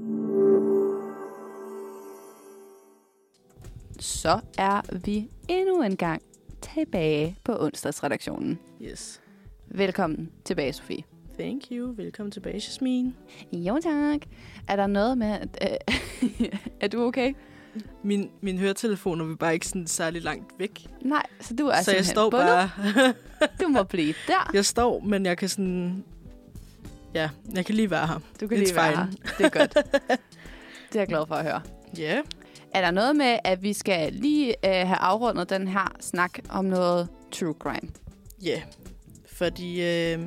Så er vi endnu en gang tilbage på onsdagsredaktionen. Yes. Velkommen tilbage, Sofie. Thank you. Velkommen tilbage, Jasmine. Jo, tak. Er der noget med... er du okay? Min høretelefoner vil bare ikke sådan særlig langt væk. Nej, så du er så jeg står bundet. Bare... Du må blive der. Jeg står, men jeg kan sådan... Ja, jeg kan lige være her. Du kan lige være her. Det er godt. Det er jeg glad for at høre. Ja. Yeah. Er der noget med, at vi skal lige have afrundet den her snak om noget true crime? Ja, yeah. Fordi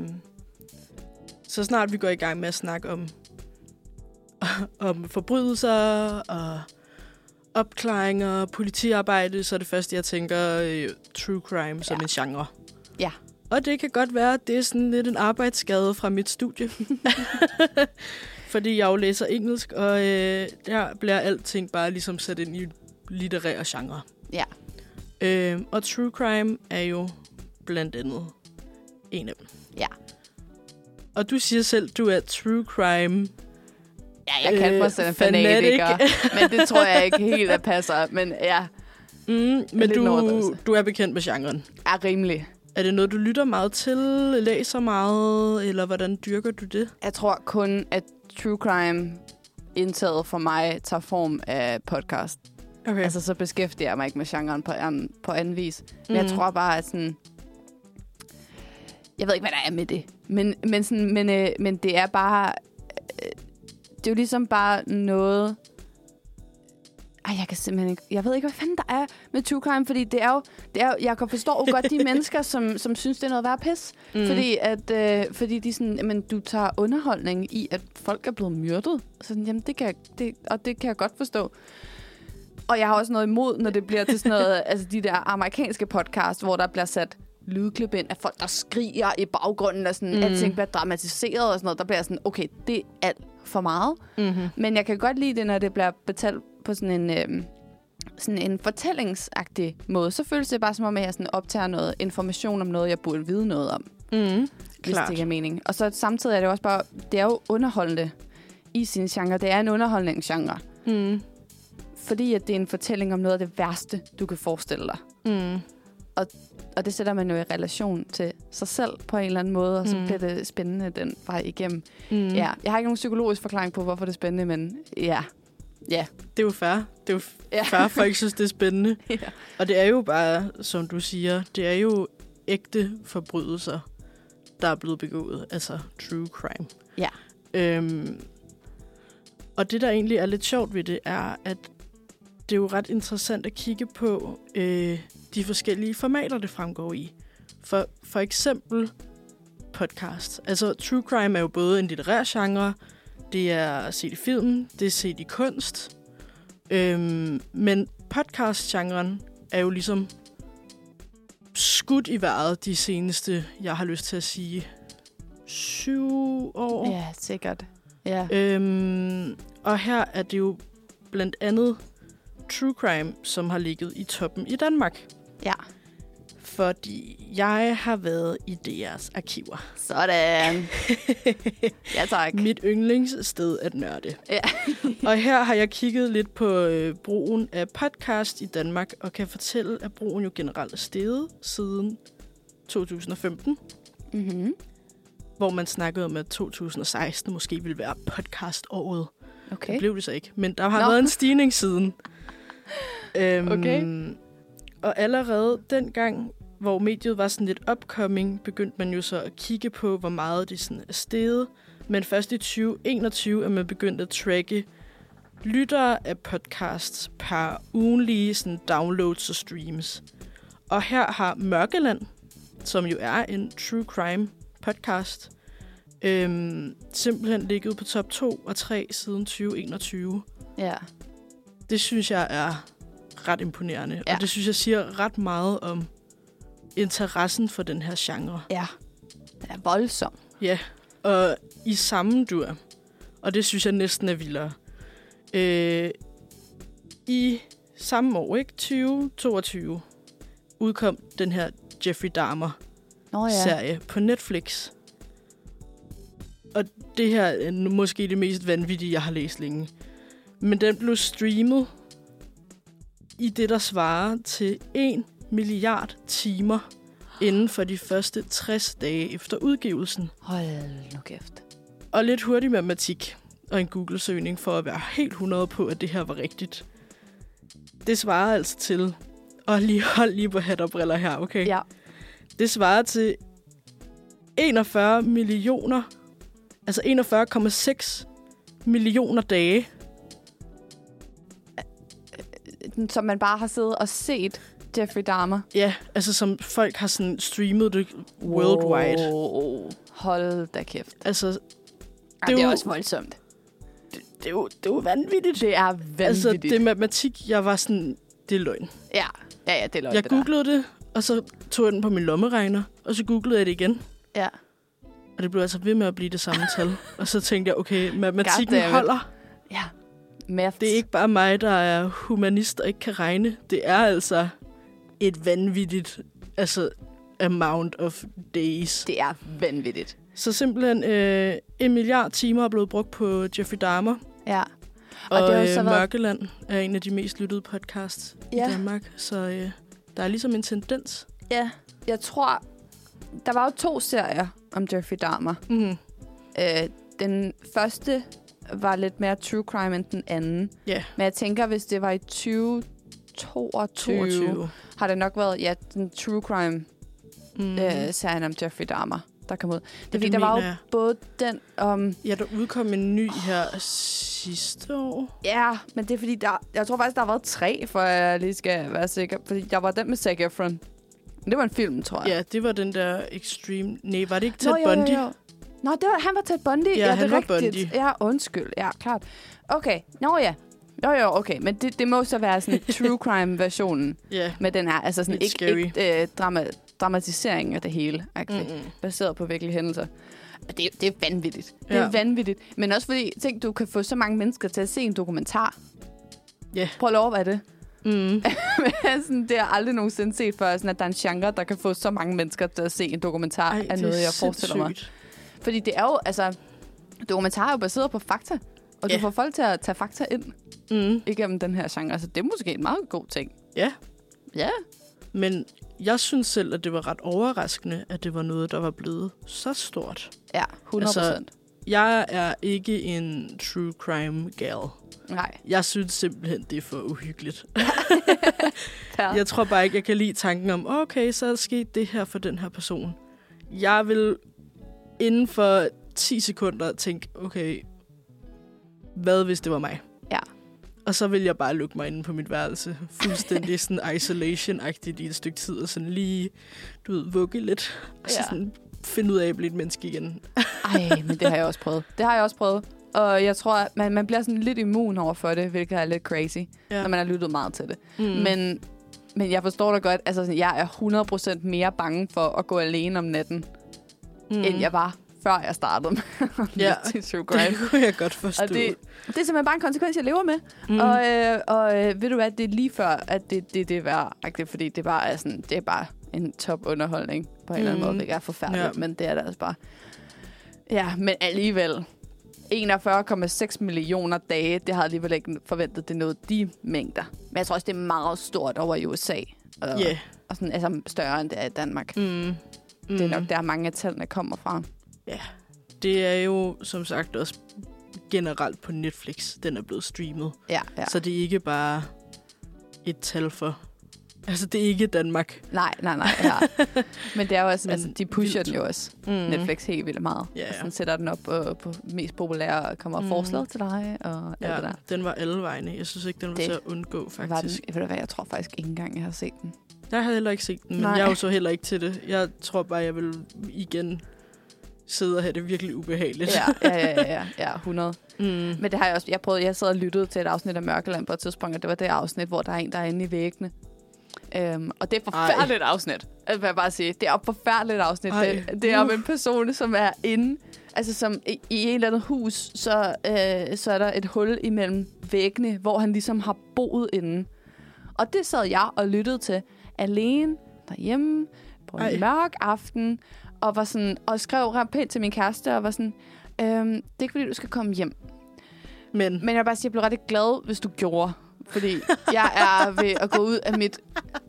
så snart vi går i gang med at snakke om forbrydelser og opklaringer, politiarbejde, så er det første, jeg tænker true crime som en genre. Ja. Og det kan godt være, at det er sådan lidt en arbejdsskade fra mit studie. Fordi jeg jo læser engelsk, og der bliver alting bare ligesom sat ind i litterære genre. Ja. Og true crime er jo blandt andet en af dem. Ja. Og du siger selv, du er true crime. Ja, jeg kan mig selv en fanatiker. Men det tror jeg ikke helt, at passer. Men ja. Men du er bekendt med genren. Er rimelig. Er det noget, du lytter meget til, læser meget, eller hvordan dyrker du det? Jeg tror kun, at true crime indtaget for mig tager form af podcast. Okay. Altså, så beskæftiger jeg mig ikke med genren på anden vis. Men jeg tror bare, at sådan... Jeg ved ikke, hvad der er med det. Men det er bare... Det er jo ligesom bare noget... jeg kan simpelthen ikke... Jeg ved ikke, hvad fanden der er med true crime, fordi det er jo jeg kan forstå godt de mennesker, som synes, det er noget værd pis. Fordi de sådan... Men du tager underholdning i, at folk er blevet myrdet. Så sådan, jamen, det kan jeg godt forstå. Og jeg har også noget imod, når det bliver til sådan noget... altså de der amerikanske podcast, hvor der bliver sat lydklip ind af folk, der skriger i baggrunden, og sådan, at ting bliver dramatiseret og sådan noget. Der bliver sådan, okay, det er alt for meget. Men jeg kan godt lide det, når det bliver betalt på sådan en fortællingsagtig måde. Så føles det bare som om, at jeg sådan optager noget information om noget, jeg burde vide noget om. Hvis det ikke er mening. Og så samtidig er det også bare, det er jo underholdende i sin genre. Det er en underholdningsgenre. Fordi at det er en fortælling om noget af det værste, du kan forestille dig. Og det sætter man jo i relation til sig selv på en eller anden måde, og så bliver det spændende den vej igennem. Ja, jeg har ikke nogen psykologisk forklaring på, hvorfor det er spændende, men ja. Det er jo fair. Det er jo fair, for ikke synes, det er spændende. Og det er jo bare, som du siger, det er jo ægte forbrydelser, der er blevet begået. Altså true crime. Ja. Og det, der egentlig er lidt sjovt ved det, er, at det er jo ret interessant at kigge på de forskellige formater, det fremgår i. For eksempel podcast. Altså, true crime er jo både en litterær genre, det er set i film, det er set i kunst. Men podcast-genren er jo ligesom skudt i vejret de seneste, jeg har lyst til at sige, 7 år. Ja, sikkert. Ja. Og her er det jo blandt andet true crime, som har ligget i toppen i Danmark. Ja. Fordi jeg har været i deres arkiver. Sådan. Ja, tak. Mit yndlingssted at nørde. Ja. Og her har jeg kigget lidt på brugen af podcast i Danmark, og kan fortælle, at brugen jo generelt er steget siden 2015. Hvor man snakkede om, at 2016 måske ville være podcaståret. Okay. Det blev det så ikke. Men der har været en stigning siden. Okay. Og allerede dengang, hvor mediet var sådan lidt upcoming, begyndte man jo så at kigge på, hvor meget det sådan er steget. Men først i 2021 er man begyndt at tracke lyttere af podcasts per ugenlige sådan downloads og streams. Og her har Mørkeland, som jo er en true crime podcast, simpelthen ligget på top 2 og 3 siden 2021. Ja. Det synes jeg er ret imponerende. Ja. Og det synes jeg siger ret meget om interessen for den her genre. Ja, det er voldsom. Ja, og i samme dur. Og det synes jeg næsten er vildere. I samme år, ikke? 2022, udkom den her Jeffrey Dahmer-serie på Netflix. Og det her er måske det mest vanvittige, jeg har læst længe. Men den blev streamet i det, der svarer til 1 milliard timer inden for de første 60 dage efter udgivelsen. Hold nu kæft. Og lidt hurtig matematik og en Google-søgning for at være helt 100 på, at det her var rigtigt. Det svarer altså til... Og hold lige på hat og briller her, okay? Ja. Det svarer til 41 millioner... Altså 41,6 millioner dage. Som man bare har siddet og set Jeffrey Dahmer. Ja, altså som folk har sådan streamet det worldwide. Wow. Hold da kæft. Altså, det er også voldsomt. Det er jo vanvittigt. Det er vanvittigt. Altså, det er matematik, jeg var sådan, det er løgn. Ja, det er løgn. Jeg googlede det, og så tog jeg den på min lommeregner, og så googlede jeg det igen. Ja. Og det blev altså ved med at blive det samme tal. Og så tænkte jeg, okay, matematikken holder. Ja. Maths. Det er ikke bare mig, der er humanist og ikke kan regne. Det er altså et vanvittigt amount of days. Det er vanvittigt. Så simpelthen 1 milliard timer er blevet brugt på Jeffrey Dahmer. Ja. Og det har jo så været... Mørkeland er en af de mest lyttede podcasts i Danmark. Så der er ligesom en tendens. Ja, jeg tror... Der var jo 2 serier om Jeffrey Dahmer. Mm-hmm. Den første var lidt mere true crime end den anden. Yeah. Men jeg tænker, hvis det var i 2022, har det nok været den true crime serien om Jeffrey Dahmer, der kom ud. Det der var jo både den om... Ja, der udkom en ny her sidste år. Ja, men det er fordi, jeg tror faktisk, der har været 3, for jeg lige skal være sikker. Fordi der var den med Zac Efron. Det var en film, tror jeg. Ja, det var den der Extreme... Nej, var det ikke Ted Bundy? Jo. Nå, han var Ted Bundy. Ja, det er han var rigtigt. Bundy. Ja, undskyld. Ja, klart. Okay. Nå ja. Jo, okay. Men det må så være sådan true crime-versionen med den her. Altså sådan ikke dramatisering af det hele. Baseret på virkelige hændelser. Det er vanvittigt. Det er vanvittigt. Men også fordi, tænk, du kan få så mange mennesker til at se en dokumentar. Ja. Prøv at overveje det. Sådan, det har jeg aldrig nogensinde set før, sådan, at der er en genre, der kan få så mange mennesker til at se en dokumentar af noget, jeg forestiller mig. Fordi det er jo, altså, dokumentarer er jo baseret på fakta, og du får folk til at tage fakta ind igennem den her genre. Altså, det er måske en meget god ting. Ja. Ja. Men jeg synes selv, at det var ret overraskende, at det var noget, der var blevet så stort. Ja, 100%. Altså, jeg er ikke en true crime gal. Nej. Jeg synes simpelthen, det er for uhyggeligt. Jeg tror bare ikke, jeg kan lide tanken om, okay, så er der sket det her for den her person. Jeg vil inden for 10 sekunder tænke, okay, hvad hvis det var mig? Ja. Og så vil jeg bare lukke mig inde på mit værelse. Fuldstændig sådan isolation-agtigt i et stykke tid, og sådan lige, du ved, vugge lidt. Og så sådan finde ud af at blive et menneske igen. Ej, men det har jeg også prøvet. Og jeg tror, at man bliver sådan lidt immun over for det, hvilket er lidt crazy, når man har lyttet meget til det. Men jeg forstår det godt. Altså, jeg er 100% mere bange for at gå alene om natten, end jeg var, før jeg startede med til true crime. Det kunne jeg godt forstå. Og det er simpelthen bare en konsekvens, jeg lever med. Og ved du hvad, det er lige før, at det er værd. Fordi det er bare en top underholdning på en eller anden måde. Det er forfærdeligt, men det er det altså bare. Ja, men alligevel... 41,6 millioner dage, det havde alligevel ikke forventet, det nåede de mængder. Men jeg tror også, det er meget stort over i USA. Og sådan, altså større end det er i Danmark. Det er nok der, mange af tallene kommer fra. Ja, det er jo som sagt også generelt på Netflix, den er blevet streamet. Ja. Så det er ikke bare et tal for... Altså, det er ikke Danmark. Nej. Ja. Men det er jo også, altså, de pusher den jo også. Netflix helt vildt meget. Og sådan sætter den op på mest populære og kommer forslag til dig. Og alt det der. Den var alle vegne. Jeg synes ikke, den var til at undgå, faktisk. Ved du hvad, jeg tror faktisk ikke engang, jeg har set den. Jeg har heller ikke set den, men jeg er jo så heller ikke til det. Jeg tror bare, jeg vil igen sidde og have det virkelig ubehageligt. Ja, 100. Men det har jeg også. Jeg sad og lyttede til et afsnit af Mørkeland på et tidspunkt, og det var det afsnit, hvor der er en, der er inde i væggene. Og det er et forfærdeligt afsnit. Altså, vil jeg bare sige. Det er et forfærdeligt afsnit. Det er om en person, som er inde, altså som i et eller andet hus, så er der et hul imellem væggene, hvor han ligesom har boet inde. Og det sad jeg og lyttede til alene derhjemme på en mørk aften, og var sådan, og skrev pænt til min kæreste, og var sådan, det er ikke fordi, du skal komme hjem. Men jeg vil bare sige, jeg blev ret glad, hvis du gjorde. Fordi jeg er ved at gå ud af mit...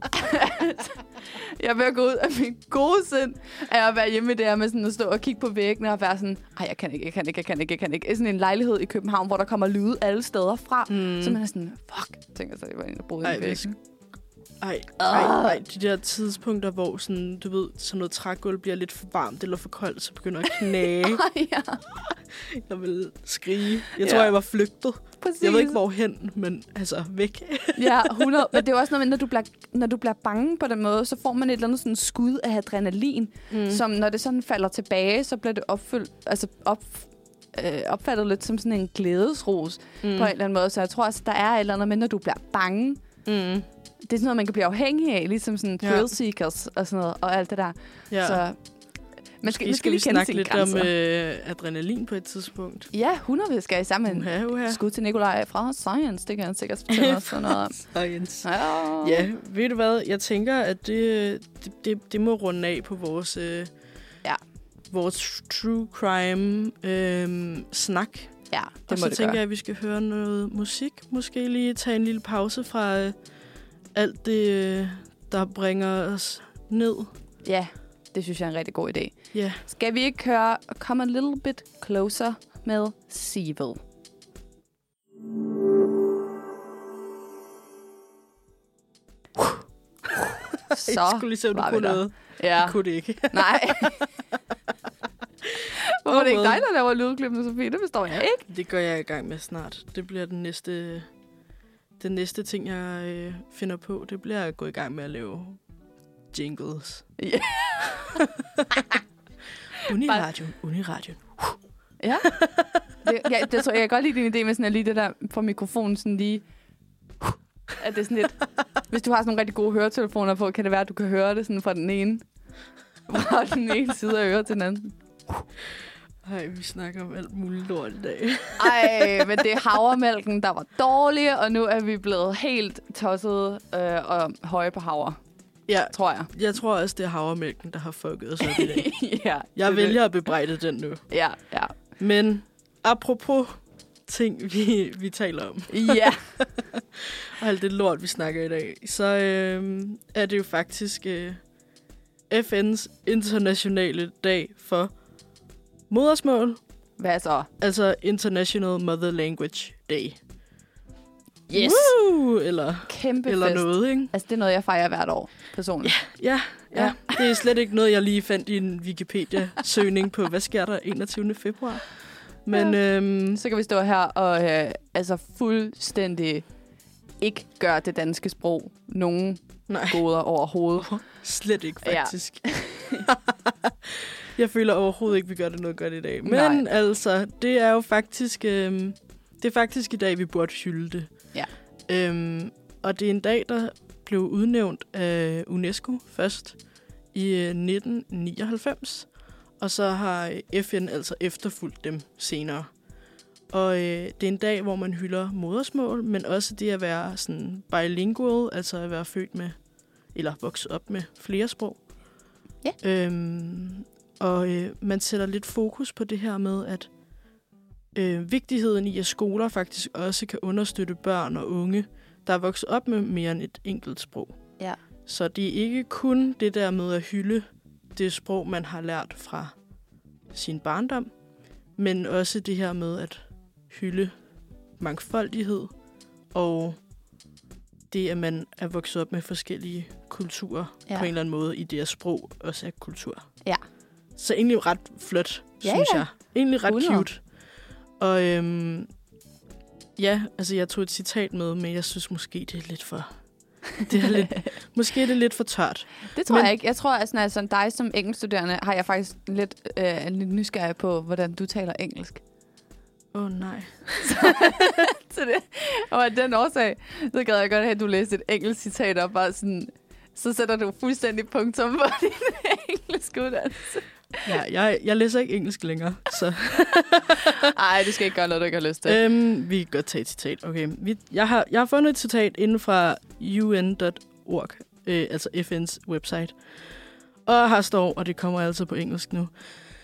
jeg er ved at gå ud af mit gode sind af at være hjemme der med sådan at stå og kigge på væggene og være sådan, jeg kan ikke. Sådan en lejlighed i København, hvor der kommer lyde alle steder fra. Så man er sådan, tænker så, det var en, der boede i væggen. Ej, de der tidspunkter, hvor sådan, du ved, sådan noget trægulv bliver lidt for varmt eller for koldt, så begynder at knage. Jeg vil skrige. Jeg tror, jeg var flygtet. Præcis. Jeg ved ikke, hvorhen, men altså væk. Ja, 100. Men det er også noget med, når du bliver bange på den måde, så får man et eller andet sådan skud af adrenalin, som når det sådan falder tilbage, så bliver det opfattet lidt som sådan en glædesros på en eller anden måde. Så jeg tror også, der er et eller andet med, når du bliver bange. Det er sådan noget, man kan blive afhængig af, ligesom sådan thrill seekers og sådan noget, og alt det der. Ja. Så man skal vi snakke lidt om adrenalin på et tidspunkt? Ja, 100 skal I sammen. Skud til Nikolaj fra Science, det kan han sikkert fortælle os sådan noget om. Science. Ja, ved du hvad? Jeg tænker, at det må runde af på vores vores true crime snak. Ja, Og det så må det tænker gøre. jeg, at vi skal høre noget musik. Måske lige tage en lille pause fra alt det, der bringer os ned. Ja, det synes jeg er en rigtig god idé. Ja. Yeah. Skal vi ikke høre Come a Little Bit Closer med Seville? Så Jeg skulle lige se, om du var vi kunne der. noget. Ja. Jeg kunne det ikke. Nej. Hvorfor er det ikke well. dig, der laver lydklippene, Sofie? Det forstår jeg ikke. Det går jeg i gang med snart. Det bliver den næste ting, jeg finder på. Det bliver at gå i gang med at lave jingles. Ja. Uniradio. Ja. Det tror jeg kan godt lide din idé med sådan at lige det der fra mikrofonen sådan lige. At det er sådan lidt. Hvis du har sådan nogle rigtig gode høretelefoner på, kan det være, at du kan høre det sådan fra den ene. Fra den ene side af øret til den anden. Ej, vi snakker om alt muligt lort i dag. Ej, men det er havremælken, der var dårlig, og nu er vi blevet helt tossede og høje på havre, Ja, tror jeg. jeg tror også, det er havremælken, der har fucket os op i dag. Ja, Jeg vælger at bebrejde den nu. Ja. Men apropos ting, vi taler om, Ja. og alt det lort, vi snakker i dag, så er det jo faktisk FN's internationale dag for modersmål. Hvad så? Altså International Mother Language Day. Yes. Woo! Eller Kæmpe eller fest. noget, ikke? Altså, det er noget, jeg fejrer hvert år, personligt. Ja. Det er slet ikke noget, jeg lige fandt i en Wikipedia-søgning på, hvad sker der 21. februar. Men Så kan vi stå her og altså fuldstændig ikke gøre det danske sprog nogen goder overhovedet. slet ikke, faktisk. Ja. Jeg føler overhovedet ikke, vi gør det noget godt i dag. Men altså, det er jo faktisk, det er faktisk i dag, vi burde hylde det. Ja. Og det er en dag, der blev udnævnt af UNESCO først i 1999. Og så har FN altså efterfulgt dem senere. Og det er en dag, hvor man hylder modersmål, men også det at være sådan bilingual, altså at være født med, eller vokset op med flere sprog. Ja. Og man sætter lidt fokus på det her med, at vigtigheden i, at skoler faktisk også kan understøtte børn og unge, der er vokset op med mere end et enkelt sprog. Ja. Så det er ikke kun det der med at hylde det sprog, man har lært fra sin barndom, men også det her med at hylde mangfoldighed og det, at man er vokset op med forskellige kulturer på en eller anden måde i det her sprog, også er kultur. Ja. Så egentlig ret flot, synes jeg. Egentlig ret 100. cute. Og altså jeg tog et citat med, men jeg synes måske, det er lidt for... måske er det lidt for tørt. Det tror jeg ikke. Jeg tror, at sådan dig som engelskstuderende, har jeg faktisk lidt nysgerrig på, hvordan du taler engelsk. Nej. Så det, og af den årsag, så gad jeg godt have, at du læste et engelsk citat op, bare sådan, så sætter du fuldstændig punktum på din engelske uddannelse. Ja, jeg læser ikke engelsk længere, så... Ej, det skal ikke gøre noget, du ikke har lyst til. Vi kan godt tage et citat. Okay. Jeg har fundet et citat inden fra un.org, altså FN's website. Og her står, og det kommer altså på engelsk nu.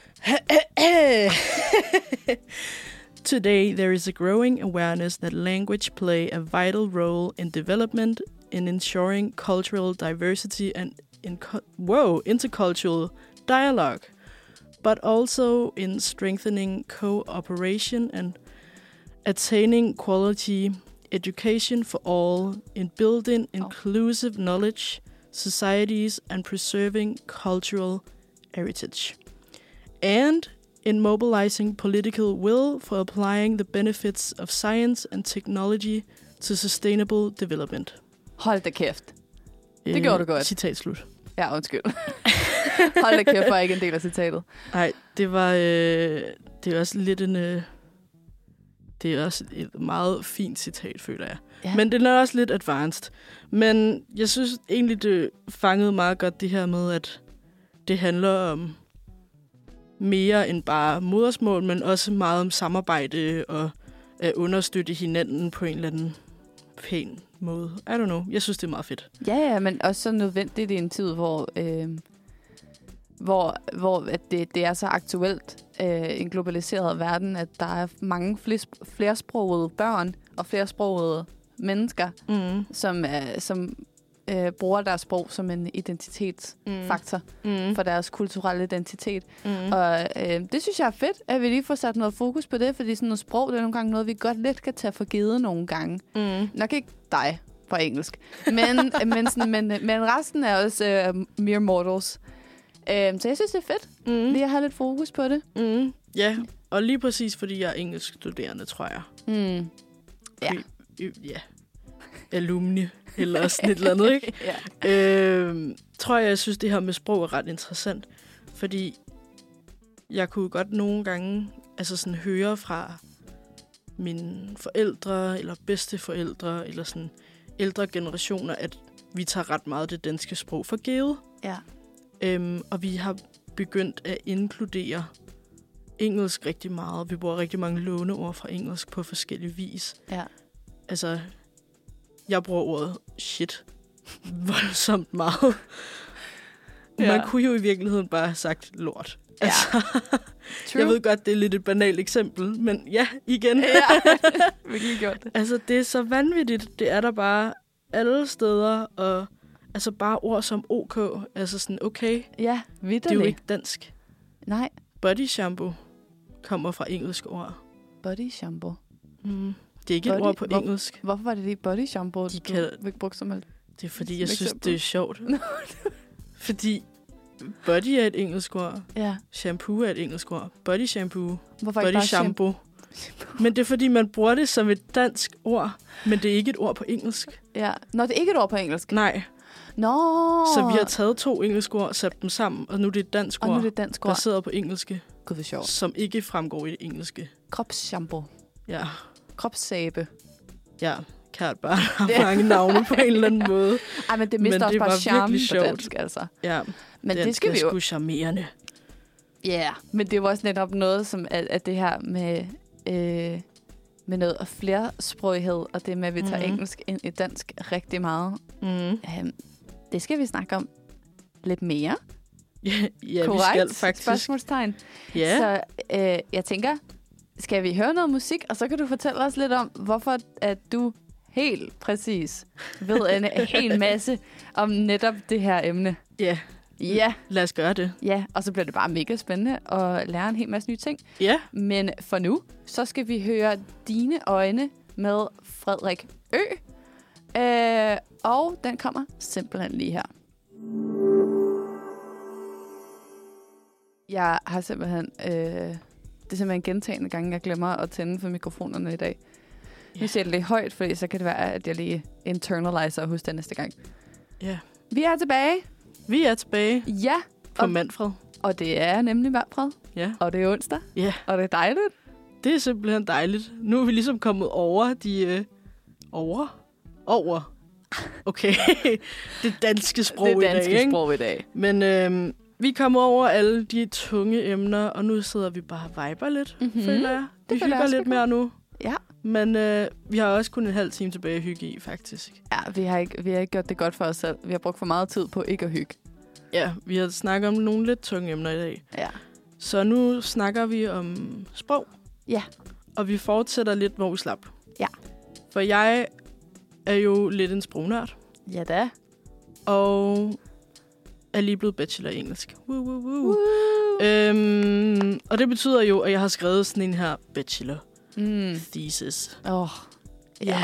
Today, there is a growing awareness that language play a vital role in development, in ensuring cultural diversity and intercultural dialogue, but also in strengthening cooperation and attaining quality education for all, in building inclusive knowledge, societies, and preserving cultural heritage. And in mobilizing political will for applying the benefits of science and technology to sustainable development. Hold da kæft. Det gjorde du godt. Citat slut. Ja, undskyld. Hold da kæft, var ikke en del af citatet. Nej, det var... det er også lidt en... det er også et meget fint citat, føler jeg. Ja. Men det er også lidt advanced. Men jeg synes egentlig, det fangede meget godt det her med, at det handler om mere end bare modersmål, men også meget om samarbejde og at understøtte hinanden på en eller anden pæn måde. I don't know. Jeg synes, det er meget fedt. Ja, men også så nødvendigt i en tid, hvor hvor at det er så aktuelt en globaliseret verden, at der er mange flersprogede børn og flersprogede mennesker, som bruger deres sprog som en identitetsfaktor for deres kulturelle identitet. Og det synes jeg er fedt, at vi lige får sat noget fokus på det, fordi sådan noget sprog, det er nogle gange noget, vi godt lidt kan tage for givet nogle gange. Nok ikke dig på engelsk, men resten er også mere mortals. Så jeg synes, det er fedt lige at have lidt fokus på det. Ja, og lige præcis fordi jeg er engelsk studerende, tror jeg. Ja. Alumni, eller sådan et eller andet, ikke? Tror jeg synes, det her med sprog er ret interessant. Fordi jeg kunne godt nogle gange sådan høre fra mine forældre, eller bedsteforældre, eller sådan ældre generationer, at vi tager ret meget det danske sprog for givet. Ja. Og vi har begyndt at inkludere engelsk rigtig meget. Vi bruger rigtig mange låneord fra engelsk på forskellige vis. Ja. Altså, jeg bruger ordet shit voldsomt meget. Man kunne jo i virkeligheden bare have sagt lort. Altså, jeg ved godt, det er lidt et banalt eksempel, men ja, igen. Virkelig gjort det. Altså, det er så vanvittigt. Det er der bare alle steder, og altså bare ord som OK, altså sådan okay. Ja, vitterligt. Det er jo ikke dansk. Nej. Body shampoo kommer fra engelsk ord. Body shampoo? Det er ikke et ord på engelsk. Hvorfor var det lige body shampoo, du ikke brugte som alt? Det er fordi, jeg synes, det er sjovt. Fordi body er et engelsk ord. Ja. Shampoo er et engelsk ord. Body shampoo. Hvorfor body shampoo. Men det er fordi, man bruger det som et dansk ord, men det er ikke et ord på engelsk. Ja. Nå, det er ikke et ord på engelsk? Nej. Nå. Så vi har taget 2 engelske ord, sat dem sammen, og nu er det et dansk ord, baseret på engelske. Gud, hvor sjovt. Som ikke fremgår i det engelske. Kropsshampoo. Ja. Kropssæbe. Ja, kært barn har mange navne på en eller anden måde. Ej, men det mister også bare charmen på dansk, altså. Ja, men det skal vi jo. Det er sgu charmerende. Ja, yeah. Men det var også netop noget, som at det her med noget flersprogighed, og det med, at vi tager engelsk ind i dansk rigtig meget. Det skal vi snakke om lidt mere. Ja, korrekt? Vi skal faktisk. Spørgsmålstegn. Ja. Så jeg tænker, skal vi høre noget musik, og så kan du fortælle os lidt om, hvorfor at du helt præcis ved en hel masse om netop det her emne. Ja. Ja. Lad os gøre det. Ja, og så bliver det bare mega spændende at lære en hel masse nye ting. Ja. Men for nu, så skal vi høre Dine Øjne med Frederik Ø. Og den kommer simpelthen lige her. Jeg har simpelthen... det er simpelthen gentagende gange, jeg glemmer at tænde for mikrofonerne i dag. Yeah. Nu siger jeg det lidt højt, fordi så kan det være, at jeg lige internaliser hos den næste gang. Ja. Yeah. Vi er tilbage. Vi er tilbage. Ja. På Manfred. Og det er nemlig Manfred. Ja. Og det er onsdag. Ja. Og det er dejligt. Det er simpelthen dejligt. Nu er vi ligesom kommet over de... Over? Okay. Det danske sprog i dag, Det danske sprog i dag. Men vi er kommet over alle de tunge emner, og nu sidder vi bare og viber lidt, føler jeg. Vi hygger lidt mere nu. Ja. Men vi har også kun en halv time tilbage at hygge i, faktisk. Ja, vi har ikke gjort det godt for os selv. Vi har brugt for meget tid på ikke at hygge. Ja, vi har snakket om nogle lidt tunge emner i dag. Ja. Så nu snakker vi om sprog. Ja. Og vi fortsætter lidt, hvor vi slap. Ja. For jeg er jo lidt en sprognørd. Ja da. Og er lige blevet bachelor i engelsk. Og det betyder jo, at jeg har skrevet sådan en her bachelor thesis. Ja.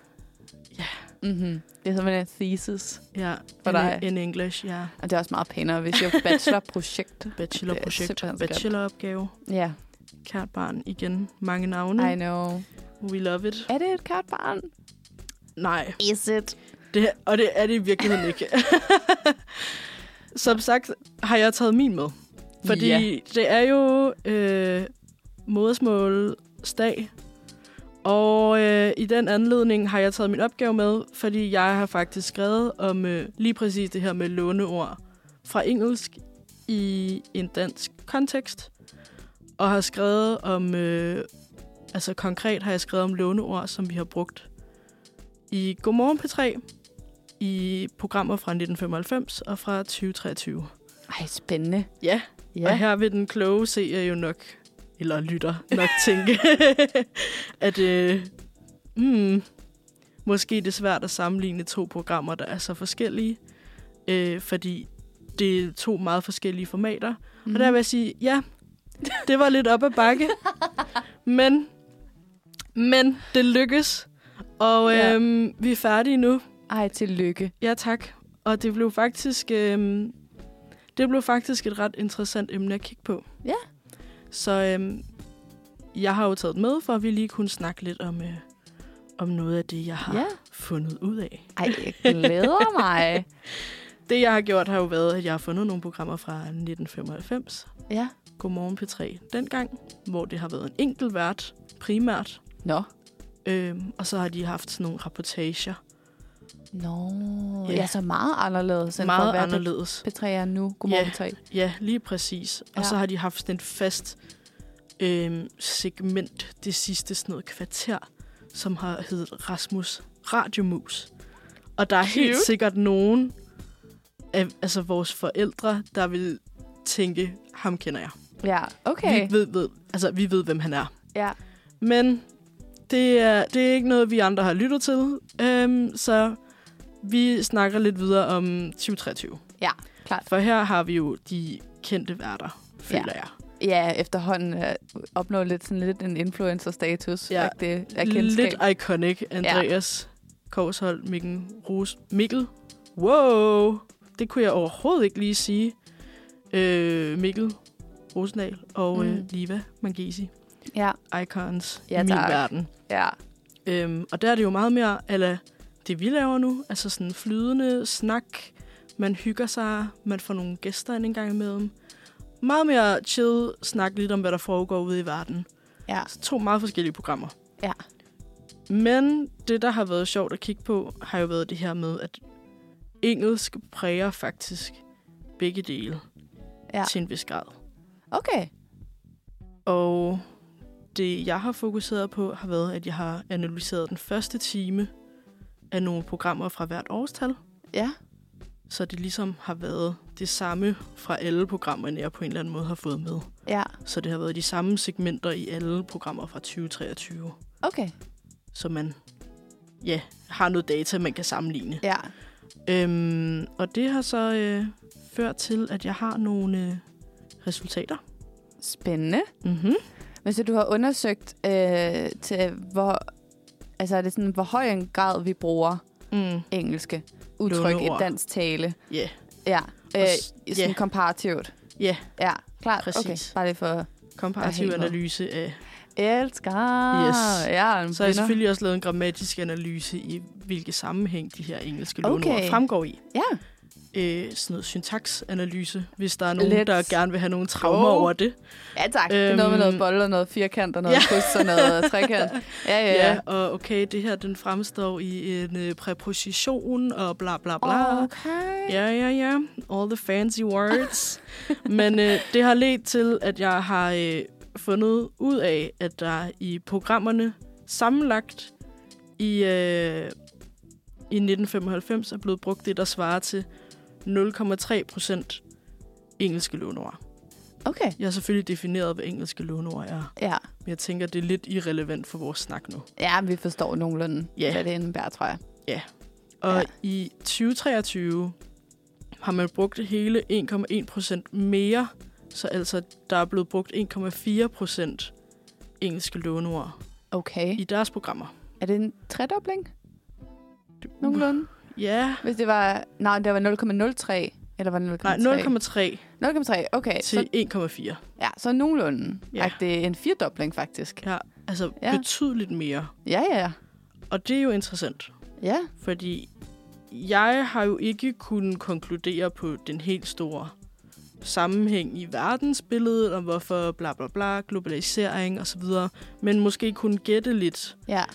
Det er simpelthen en thesis. Ja, for dig. In English, ja. Og det er også meget pænere, hvis jeg bachelorprojekt. Bacheloropgave. Ja. Kært barn igen. Mange navne. I know. We love it. Er det et kært barn? Nej. Is it? Og det er det i virkeligheden ikke. Som sagt har jeg taget min med. Fordi det er jo modersmålsdag. Og i den anledning har jeg taget min opgave med, fordi jeg har faktisk skrevet om lige præcis det her med låneord fra engelsk i en dansk kontekst. Og har skrevet om, altså konkret har jeg skrevet om låneord, som vi har brugt i Godmorgen P3, i programmer fra 1995 og fra 2023. Ej, spændende. Ja. Og her vil den kloge seer jo nok, eller lytter nok tænke, at måske det er svært at sammenligne 2 programmer, der er så forskellige, fordi det er 2 meget forskellige formater. Og der vil jeg sige, ja, det var lidt op ad bakke, men det lykkes, og vi er færdige nu. Ej, tillykke. Ja, tak. Og det blev faktisk et ret interessant emne at kigge på. Ja. Så jeg har jo taget med, for at vi lige kunne snakke lidt om noget af det, jeg har fundet ud af. Ej, jeg glæder mig. Det, jeg har gjort, har jo været, at jeg har fundet nogle programmer fra 1995. Ja. Godmorgen P3 dengang, hvor det har været en enkelt vært, primært. Nå. Og så har de haft sådan nogle rapportager. Nå, ja, så meget anderledes end meget for at anderledes. P3 er nu. Godmorgen P3. Ja, lige præcis. Og så har de haft sådan en fast segment det sidste sådan noget kvarter, som har heddet Rasmus Radiomus. Og der er helt sikkert nogen af vores forældre, der vil tænke, ham kender jeg. Ja, okay. Vi ved, hvem han er. Ja. Men det er ikke noget, vi andre har lyttet til. Så vi snakker lidt videre om 2023. Ja, klart. For her har vi jo de kendte værter, føler jeg. Ja, efterhånden opnår lidt en influencer-status. Ja, det er kendskab. lidt iconic. Andreas Korshold, Mikkel. Wow! Det kunne jeg overhovedet ikke lige sige. Mikkel Rosendal og Liva Mangesi. Ja. Icons i min verden. Ja. Og der er det jo meget mere eller det, vi laver nu. Altså sådan flydende snak. Man hygger sig. Man får nogle gæster en gang imellem. Meget mere chill snak lidt om, hvad der foregår ude i verden. Ja. Så 2 meget forskellige programmer. Ja. Men det, der har været sjovt at kigge på, har jo været det her med, at engelsk præger faktisk begge dele til en vis grad. Okay. Og det, jeg har fokuseret på, har været, at jeg har analyseret den første time af nogle programmer fra hvert årstal. Ja. Så det ligesom har været det samme fra alle programmerne, jeg på en eller anden måde har fået med. Ja. Så det har været de samme segmenter i alle programmer fra 2023. Okay. Så man har noget data, man kan sammenligne. Ja. Og det har så ført til, at jeg har nogle resultater. Spændende. Mm-hmm. Men så du har undersøgt til hvor høj en grad vi bruger engelske udtryk i dansk tale. Yeah. Ja. Sådan komparativt. Ja. Yeah. Ja, klart. Præcis. Okay. Bare lige for komparativ analyse af... Elsker! Yes. Ja, så har jeg selvfølgelig også lavet en grammatisk analyse i, hvilke sammenhæng de her engelske låneord fremgår i. Ja. Sådan noget syntaksanalyse, hvis der er nogen, der gerne vil have nogle traumer over det. Ja tak, det er noget med noget bold og noget firkant og noget kryds og noget trekant. Ja, og okay, det her, den fremstår i en præposition og bla bla bla. Okay. Ja. All the fancy words. Men det har ledt til, at jeg har fundet ud af, at der i programmerne sammenlagt i 1995 er blevet brugt det, der svarer til 0,3% engelske låneord. Okay. Jeg har selvfølgelig defineret, hvad engelske låneord er. Ja. Men jeg tænker, det er lidt irrelevant for vores snak nu. Ja, vi forstår nogenlunde, hvad det indebærer, tror jeg. Ja. Og i 2023 har man brugt hele 1,1% mere. Så altså, der er blevet brugt 1,4% engelske låneord i deres programmer. Er det en tredobling? Nogenlunde? Ja. Hvis det var... Nej, det var 0,03. Eller var det 0,3? 0,3. 0,3, okay. Til 1,4. Ja, så nogenlunde. Ja. Det er en firedobling, faktisk. Ja, altså betydeligt mere. Ja. Og det er jo interessant. Ja. Fordi jeg har jo ikke kunnet konkludere på den helt store sammenhæng i verdensbilledet, om hvorfor bla bla bla, globalisering osv., men måske kunne gætte lidt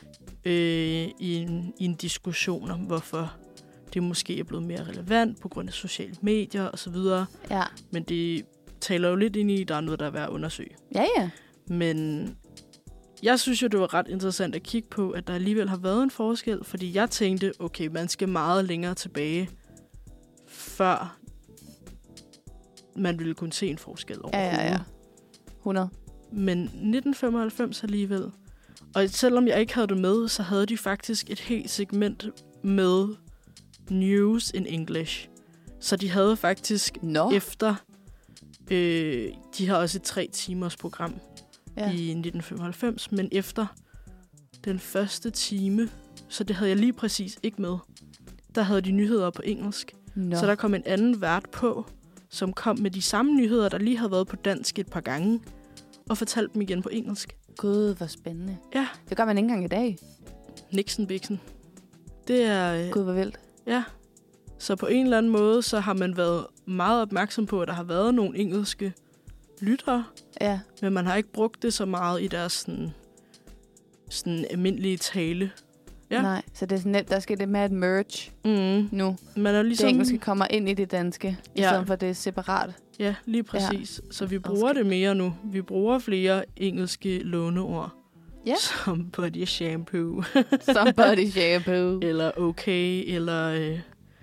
i en diskussion om, hvorfor det måske er blevet mere relevant på grund af sociale medier osv. Ja. Men det taler jo lidt ind i, at der er noget, der er værd at undersøge. Ja. Men jeg synes jo, det var ret interessant at kigge på, at der alligevel har været en forskel, fordi jeg tænkte, okay, man skal meget længere tilbage, før man ville kunne se en forskel over. Ja. 100. Men 1995 alligevel. Og selvom jeg ikke havde det med, så havde de faktisk et helt segment med news in English. Så de havde faktisk efter... de har også et 3 timers program i 1995, men efter den første time, så det havde jeg lige præcis ikke med, der havde de nyheder på engelsk. Så der kom en anden vært på, som kom med de samme nyheder, der lige havde været på dansk et par gange, og fortalte dem igen på engelsk. Gud, hvor spændende. Ja. Det gør man ikke engang i dag. Nixon Bixen. Det er... Gud, hvor vildt. Ja. Så på en eller anden måde, så har man været meget opmærksom på, at der har været nogle engelske lyttere. Ja. Men man har ikke brugt det så meget i deres sådan almindelige tale. Ja. Nej, så det er sådan, der skal det med et merge nu. Man er ligesom... Det engelske kommer ind i det danske, i stedet for det er separat. Ja, lige præcis. Ja. Så vi bruger det mere nu. Vi bruger flere engelske låneord. Ja. Som body shampoo. Som body shampoo. Eller okay, eller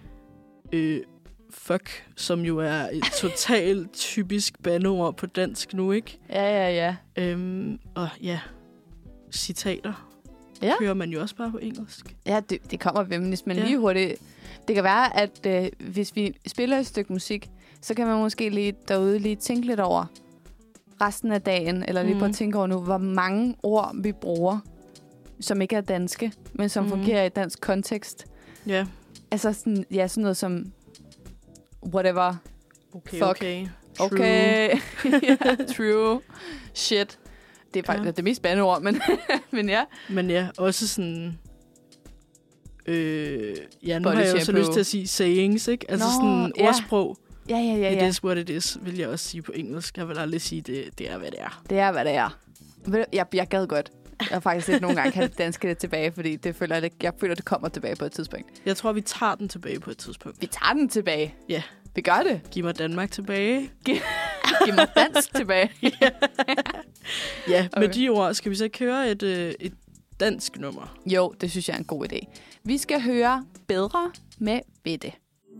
fuck, som jo er et totalt typisk bandeord på dansk nu, ikke? Ja. Og ja, citater. Ja. Hører man jo også bare på engelsk. Ja, det kommer vemmeligt, men lige hurtigt. Det kan være, at hvis vi spiller et stykke musik, så kan man måske lige derude lige tænke lidt over resten af dagen, eller lige prøve at tænke over nu, hvor mange ord vi bruger, som ikke er danske, men som fungerer i dansk kontekst. Ja. Altså sådan, sådan noget som whatever. Okay, fuck. okay. True. Okay. True. Shit. Det er faktisk det mest spændende ord, men ja. Men ja, også sådan... nu har jeg jo så lyst til at sige sayings, ikke? Altså sådan ordsprog. Ja. It is what it is, vil jeg også sige på engelsk. Jeg vil aldrig sige, det er, hvad det er. Det er, hvad det er. Jeg gad godt. Jeg har faktisk lidt nogle gange kaldt danske det tilbage, fordi jeg føler, det kommer tilbage på et tidspunkt. Jeg tror, vi tager den tilbage på et tidspunkt. Vi tager den tilbage? Ja. Vi gør det. Giv mig Danmark tilbage. Giv mig dansk tilbage. Ja, med de ord skal vi så køre et dansk nummer. Jo, det synes jeg er en god idé. Vi skal høre Bedre med Bette.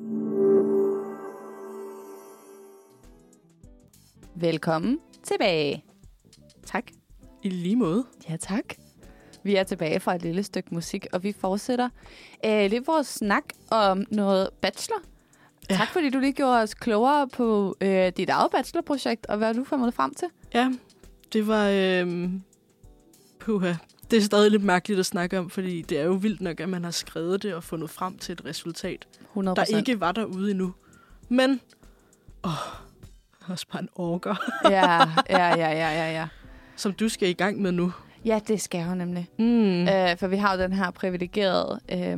Velkommen tilbage. Tak. I lige måde. Ja, tak. Vi er tilbage fra et lille stykke musik, og vi fortsætter lidt vores snak om noget bachelor. Ja. Tak, fordi du lige gjorde os klogere på dit eget bachelorprojekt, og hvad du kommet frem til. Ja, det var... puha. Det er stadig lidt mærkeligt at snakke om, fordi det er jo vildt nok, at man har skrevet det og fundet frem til et resultat, 100%. Der ikke var derude endnu. Men... også bare en orker. Ja. Som du skal i gang med nu. Ja, det skal jeg jo nemlig. For vi har jo den her privilegerede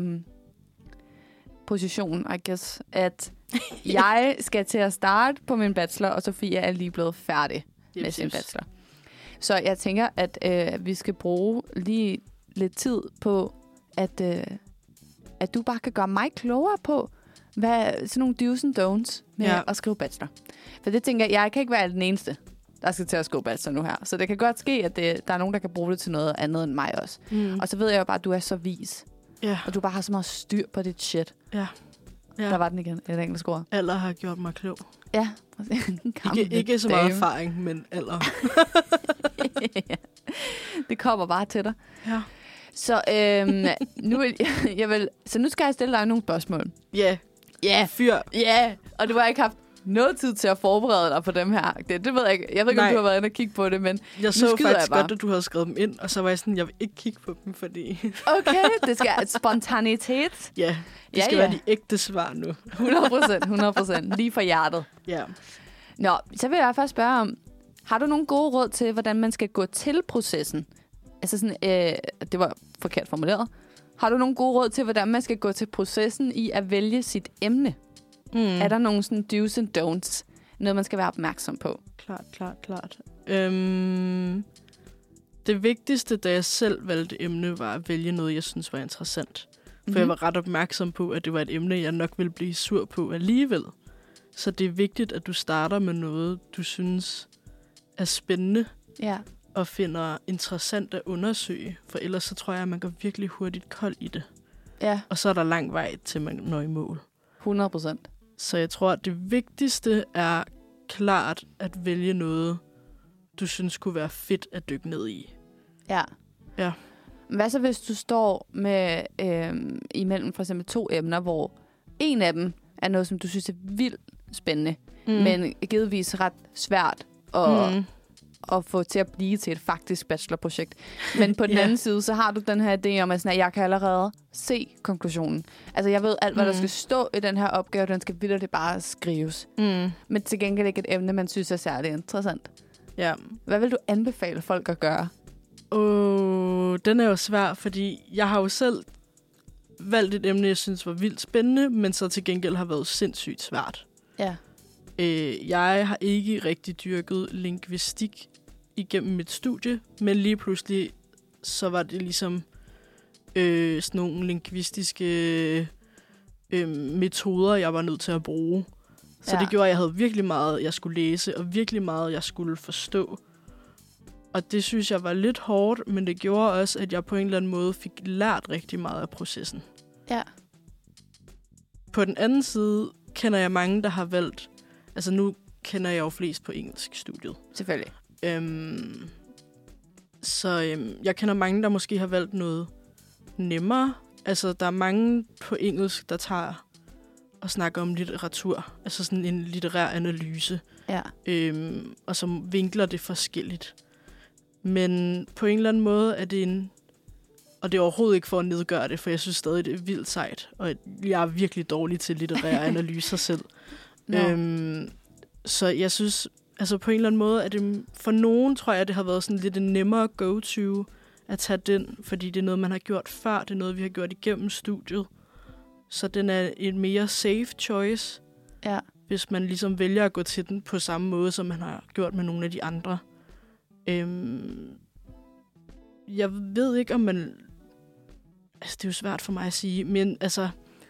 position, I guess, at jeg skal til at starte på min bachelor, og Sofie er lige blevet færdig med sin bachelor. Så jeg tænker, at vi skal bruge lige lidt tid på, at du bare kan gøre mig klogere på, hvad sådan nogle do's and don'ts med at skrive bachelor. For det tænker jeg kan ikke være den eneste, der skal til at skrive bachelor nu her. Så det kan godt ske, at der er nogen, der kan bruge det til noget andet end mig også. Og så ved jeg jo bare, at du er så vis. Ja. Og du bare har så meget styr på dit shit. Ja. Der var den igen, et engelsk ord. Alder har gjort mig klog. Ja. ikke så meget erfaring, men alder. Det kommer bare til dig. Ja. Så, nu skal jeg stille dig nogle spørgsmål. Ja. Ja. Fyr. Ja. Og du har ikke haft noget tid til at forberede dig på dem her. Det ved jeg ikke. Jeg ved ikke, om du har været inde og kigge på det, men jeg så faktisk godt, at du havde skrevet dem ind, og så var jeg sådan, jeg vil ikke kigge på dem, fordi... Okay, det skal spontanitet. Ja, det skal være de ægte svar nu. 100%. Lige fra hjertet. Ja. Nå, så vil jeg først spørge om, har du nogle gode råd til, hvordan man skal gå til processen? Altså sådan, det var forkert formuleret. Har du nogle gode råd til, hvordan man skal gå til processen i at vælge sit emne? Er der nogle sådan do's and don'ts? Noget, man skal være opmærksom på? Klart. Det vigtigste, da jeg selv valgte emne, var at vælge noget, jeg synes var interessant. For jeg var ret opmærksom på, at det var et emne, jeg nok ville blive sur på alligevel. Så det er vigtigt, at du starter med noget, du synes er spændende. Ja. Og finder interessant at undersøge. For ellers så tror jeg, at man går virkelig hurtigt kold i det. Ja. Og så er der lang vej til, man når i mål. 100%. Så jeg tror, at det vigtigste er klart at vælge noget, du synes kunne være fedt at dykke ned i. Ja. Ja. Hvad så, hvis du står med imellem for eksempel 2 emner, hvor en af dem er noget, som du synes er vildt spændende, men givetvis ret svært at få til at blive til et faktisk bachelorprojekt. Men på den anden side, så har du den her idé om, at jeg kan allerede se konklusionen. Altså, jeg ved alt, hvad der skal stå i den her opgave, den skal vildt bare skrives. Men til gengæld ikke et emne, man synes er særlig interessant. Ja. Hvad vil du anbefale folk at gøre? Den er jo svær, fordi jeg har jo selv valgt et emne, jeg synes var vildt spændende, men så til gengæld har været sindssygt svært. Ja. Jeg har ikke rigtig dyrket lingvistik igennem mit studie, men lige pludselig så var det ligesom sådan nogle lingvistiske metoder, jeg var nødt til at bruge. Så det gjorde, at jeg havde virkelig meget, jeg skulle læse, og virkelig meget, jeg skulle forstå. Og det synes jeg var lidt hårdt, men det gjorde også, at jeg på en eller anden måde fik lært rigtig meget af processen. Ja. På den anden side kender jeg mange, der har valgt... Altså nu kender jeg jo flest på engelsk studiet. Selvfølgelig. Jeg kender mange, der måske har valgt noget nemmere. Altså der er mange på engelsk, der tager og snakker om litteratur. Altså sådan en litterær analyse. Ja. Og som vinkler det forskelligt. Men på en eller anden måde er det en... Og det er overhovedet ikke for at nedgøre det, for jeg synes stadig, det er vildt sejt. Og jeg er virkelig dårlig til litterære analyser selv. Så jeg synes, altså på en eller anden måde, at det, for nogen tror jeg, det har været sådan lidt en nemmere go-to at tage den, fordi det er noget, man har gjort før, det er noget, vi har gjort igennem studiet. Så den er en mere safe choice, hvis man ligesom vælger at gå til den på samme måde, som man har gjort med nogle af de andre. Jeg ved ikke, om man... Altså, det er jo svært for mig at sige, men altså...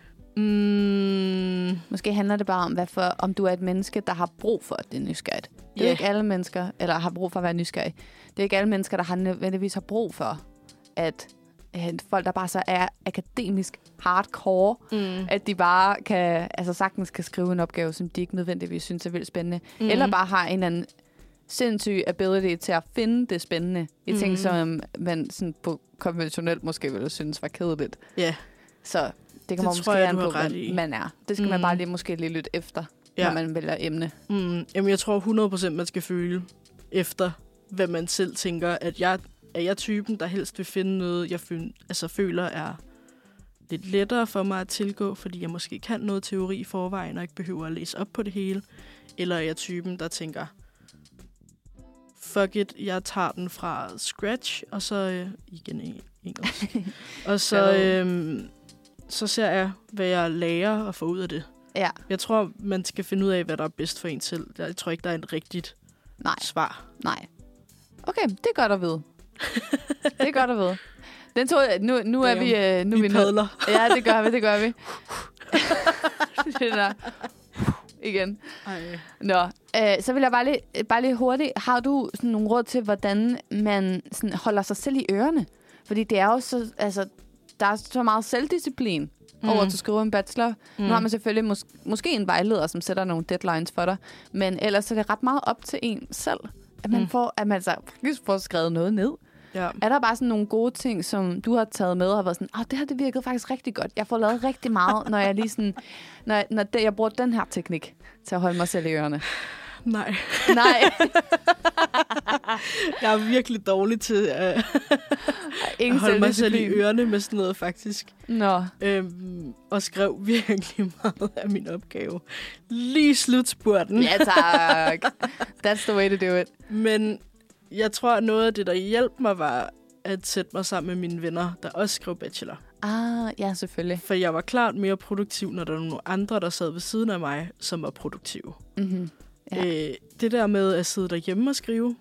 Måske handler det bare om, om du er et menneske, der har brug for, at det er nysgerrigt. Det er ikke alle mennesker, eller har brug for at være nysgerrig. Det er ikke alle mennesker, der nødvendigvis har brug for, at folk, der bare så er akademisk hardcore, at de bare sagtens kan skrive en opgave, som de ikke nødvendigvis synes er vildt spændende. Eller bare har en eller anden sindssyg ability til at finde det spændende i ting, som man sådan på konventionelt måske ville synes var kedeligt. Ja. Så det kommer måske an på, hvad man er. Det skal man bare lige lytte efter, når man vælger emne. Jamen, jeg tror 100% man skal føle efter, hvad man selv tænker. Er jeg typen, der helst vil finde noget, jeg føler er lidt lettere for mig at tilgå, fordi jeg måske kan noget teori i forvejen, og ikke behøver at læse op på det hele? Eller er jeg typen, der tænker, fuck it, jeg tager den fra scratch, og så igen engelsk. Og så ser jeg, hvad jeg lærer og får ud af det. Ja. Jeg tror, man skal finde ud af, hvad der er bedst for en selv. Jeg tror ikke, der er et rigtigt svar. Nej. Okay, det er godt at vide. Det er godt at vide. Den tog, nu er vi... Nu vi padler. Ja, det gør vi. Det der. Igen. Ej. Nå, så vil jeg bare lige hurtigt. Har du sådan nogle råd til, hvordan man sådan holder sig selv i ørerne? Fordi det er jo så... Altså, der er så meget selvdisciplin over at skrive en bachelor. Nu har man selvfølgelig måske en vejleder, som sætter nogle deadlines for dig. Men ellers er det ret meget op til en selv, at man får skrevet noget ned. Ja. Er der bare sådan nogle gode ting, som du har taget med og har været sådan, det her det virkede faktisk rigtig godt. Jeg får lavet rigtig meget, når jeg lige sådan, jeg bruger den her teknik til at holde mig selv i ørerne. Nej. Jeg er virkelig dårlig til at holde mig selv i ørerne med sådan noget, faktisk. Nå. Og skrev virkelig meget af min opgave. Lige slutspurten. Ja, tak. That's the way to do it. Men jeg tror, at noget af det, der hjalp mig, var at sætte mig sammen med mine venner, der også skrev bachelor. Ja, selvfølgelig. For jeg var klart mere produktiv, når der var nogle andre, der sad ved siden af mig, som var produktive. Mm-hmm. Ja. Det der med at sidde derhjemme og skrive,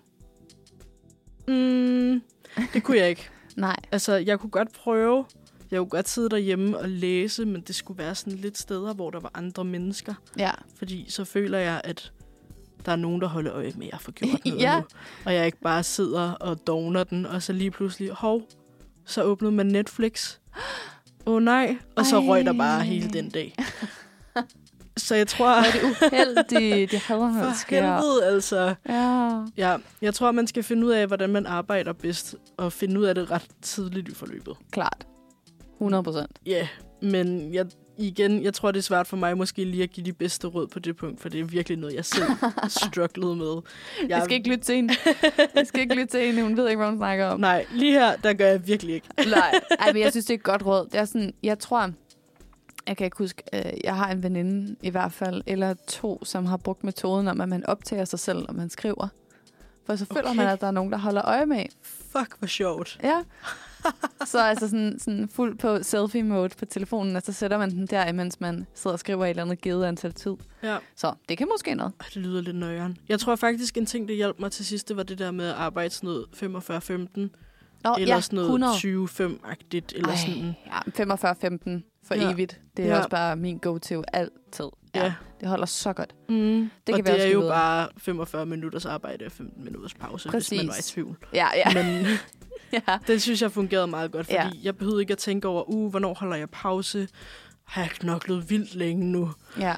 det kunne jeg ikke. Nej. Altså, jeg kunne godt prøve. Jeg kunne godt sidde derhjemme og læse, men det skulle være sådan lidt steder, hvor der var andre mennesker. Ja. Fordi så føler jeg, at der er nogen, der holder øje med, at jeg får gjort noget nu. Og jeg ikke bare sidder og dogner den, og så lige pludselig, så åbnede man Netflix. Nej. Og så røg der bare hele den dag. Så jeg tror... Hvor er det uheldigt. Det hader, når det sker. For helvede, altså. Ja. Jeg tror, man skal finde ud af, hvordan man arbejder bedst, og finde ud af det ret tidligt i forløbet. Klart. 100%. Ja, men jeg tror, det er svært for mig måske lige at give de bedste råd på det punkt, for det er virkelig noget, jeg selv strugglede med. Jeg skal ikke lytte til hende. Hun ved ikke, hvad hun snakker om. Nej, lige her, der gør jeg virkelig ikke. Nej, men jeg synes, det er et godt råd. Det er sådan, jeg tror, jeg kan ikke huske, jeg har en veninde i hvert fald, eller 2, som har brugt metoden om, at man optager sig selv, når man skriver. For så føler man, at der er nogen, der holder øje med. Fuck, hvor sjovt. Ja. Så altså sådan fuld på selfie-mode på telefonen, og så sætter man den der, mens man sidder og skriver et eller andet givet antal tid. Ja. Så det kan måske noget. Det lyder lidt nøjeren. Jeg tror faktisk, en ting, der hjalp mig til sidst, det var det der med at arbejde sådan noget 45-15. Eller sådan noget 20-5-agtigt. Eller sådan. Ja, 45-15 for evigt. Det er også bare min go-to altid. Ja. Det holder så godt. Det kan og det er jo bare 45 minutters arbejde og 15 minutters pause, præcis. Hvis man var i tvivl. Ja. Men det synes jeg fungerede meget godt, fordi jeg behøvede ikke at tænke over, hvornår holder jeg pause? Har jeg knoklet vildt længe nu? Ja.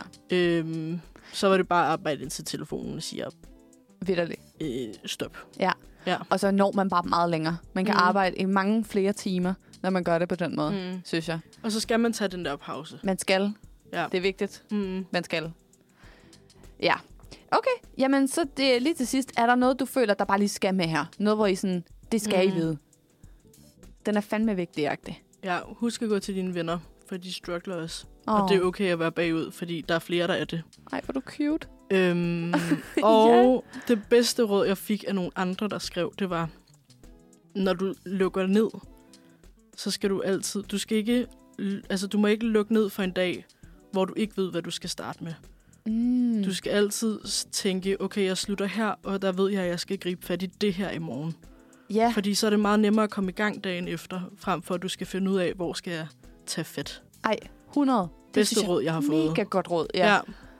Så var det bare at arbejde ind til telefonen og sige vitterligt. Stop. Ja, og så når man bare meget længere. Man kan arbejde i mange flere timer, når man gør det på den måde, synes jeg. Og så skal man tage den der pause. Man skal. Ja. Det er vigtigt. Man skal. Ja. Okay, jamen så det, lige til sidst, er der noget, du føler, der bare lige skal med her? Noget, hvor I sådan, det skal I vide. Den er fandme vigtig-agtig. Ja, husk at gå til dine venner, for de struggler også. Og det er okay at være bagud, fordi der er flere, der er det. Ej, hvor du cute. Og det bedste råd, jeg fik af nogle andre, der skrev, det var, når du lukker ned, så skal du altid, du må ikke lukke ned for en dag, hvor du ikke ved, hvad du skal starte med. Du skal altid tænke, okay, jeg slutter her, og der ved jeg, at jeg skal gribe fat i det her i morgen. Ja. Fordi så er det meget nemmere at komme i gang dagen efter, frem for at du skal finde ud af, hvor skal jeg tage fat. Ej, 100. Bedste råd, jeg har fået. Mega godt råd, ja.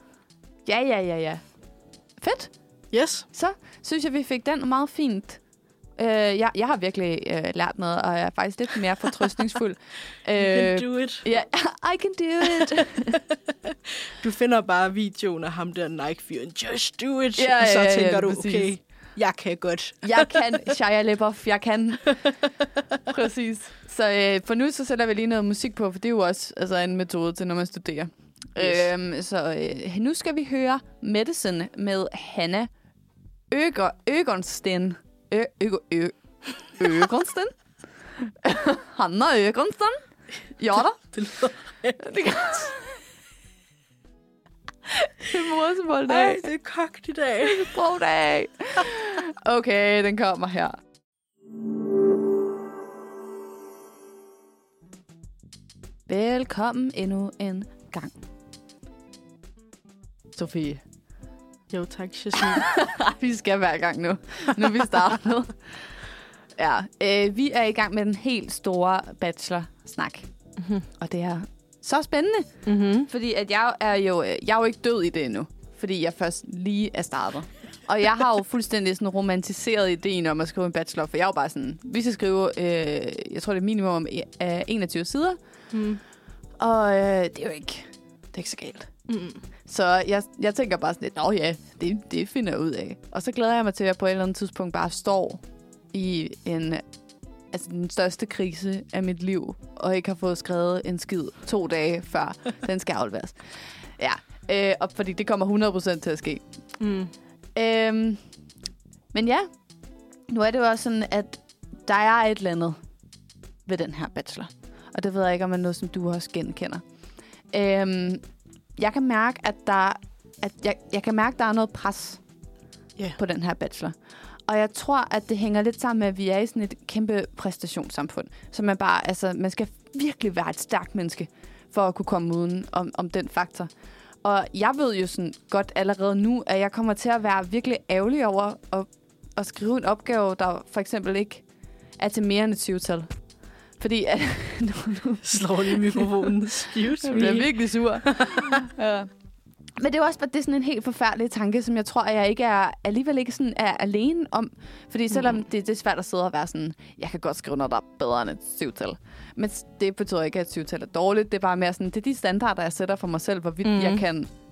Fedt. Yes. Så synes jeg, vi fik den meget fint. Jeg har virkelig lært noget, og jeg er faktisk lidt mere fortrøstningsfuld. You can do it. Ja, I can do it. Du finder bare videoen af ham der Nike-fyren. Just do it. Og så tænker du, okay, jeg kan godt. Jeg kan, Shia LaBeouf, jeg kan. Præcis. Så for nu så sætter vi lige noget musik på, for det er jo også en metode til, når man studerer. Yes. Nu skal vi høre Medicine med Hanna Øgonsten. Øgonsten? Hanna Øgonsten? Ja da. Det lyder det er morsebolddag. Ej, det er kogt i dag. Sprogdag. Okay, den kommer her. Velkommen endnu en gang. Sofie. Jo, tak, Jasmin. Vi skal hver gang nu. Nu er vi startet. Ja, vi er i gang med den helt store bachelor-snak. Og det er så spændende. Fordi at jeg er jo ikke død i det endnu. Fordi jeg først lige er startet. Og jeg har jo fuldstændig sådan romantiseret ideen om at skrive en bachelor. For jeg er jo bare sådan, vi skal skrive, jeg tror det er minimum 21 sider. Og det er jo ikke så galt. Så jeg tænker bare sådan lidt, det finder jeg ud af. Og så glæder jeg mig til, at jeg på et eller andet tidspunkt bare står i den største krise af mit liv, og ikke har fået skrevet en skid 2 dage før den skal afleveres. Ja, og fordi det kommer 100% til at ske. Men ja, nu er det jo også sådan, at der er et eller andet ved den her bachelor. Og det ved jeg ikke, om det er noget, som du også genkender. Jeg kan mærke, at der er noget pres på den her bachelor. Og jeg tror, at det hænger lidt sammen med, at vi er i sådan et kæmpe præstationssamfund. Så man skal virkelig være et stærkt menneske, for at kunne komme uden om den faktor. Og jeg ved jo sådan godt allerede nu, at jeg kommer til at være virkelig ærgerlig over at skrive en opgave, der for eksempel ikke er til mere end et 7-tal. Fordi at... nu slår lige mikrofonen. Excuse me. Jeg bliver virkelig sur. Ja. Men det er også det er sådan en helt forfærdelig tanke, som jeg tror, at jeg alligevel ikke sådan er alene om. Fordi selvom det er svært at sidde og være sådan, jeg kan godt skrive noget, der er bedre end et 7-tal. Men det betyder ikke, at et 7-tal er dårligt. Det er bare mere sådan, det er de standarder, jeg sætter for mig selv, hvorvidt jeg kan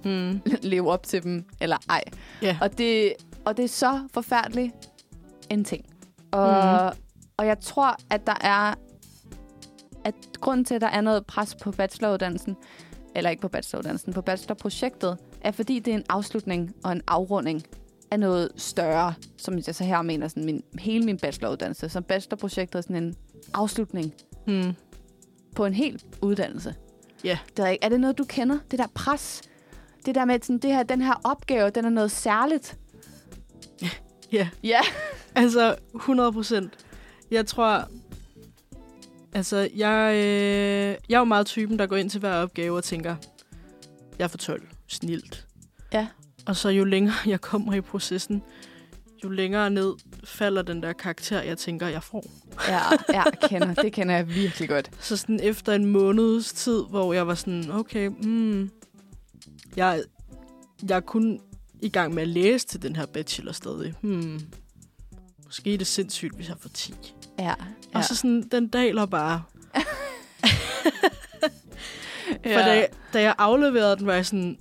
leve op til dem, eller ej. Yeah. Og det er så forfærdeligt en ting. Og jeg tror, at der er... At grunden til, at der er noget pres på bacheloruddannelsen, eller ikke på bacheloruddannelsen, på bachelorprojektet, er fordi det er en afslutning og en afrunding af noget større, som jeg så her mener sådan hele min bacheloruddannelse. Så bachelorprojektet er sådan en afslutning på en hel uddannelse. Ja. Yeah. Er det noget, du kender? Det der pres? Det der med, sådan, den her opgave, den er noget særligt? Ja. Ja. Altså, 100%. Jeg tror... Altså, jeg er jo meget typen, der går ind til hver opgave og tænker, jeg får 12. Snilt. Ja. Og så jo længere jeg kommer i processen, jo længere ned falder den der karakter, jeg tænker, jeg får. Ja, det kender jeg virkelig godt. Så sådan efter en måneds tid, hvor jeg var sådan, okay, jeg er kun i gang med at læse til den her bachelor stadig. Måske er det sindssygt, hvis jeg får 10. Ja. Og så sådan, den daler bare. For da jeg afleverede den, var jeg sådan,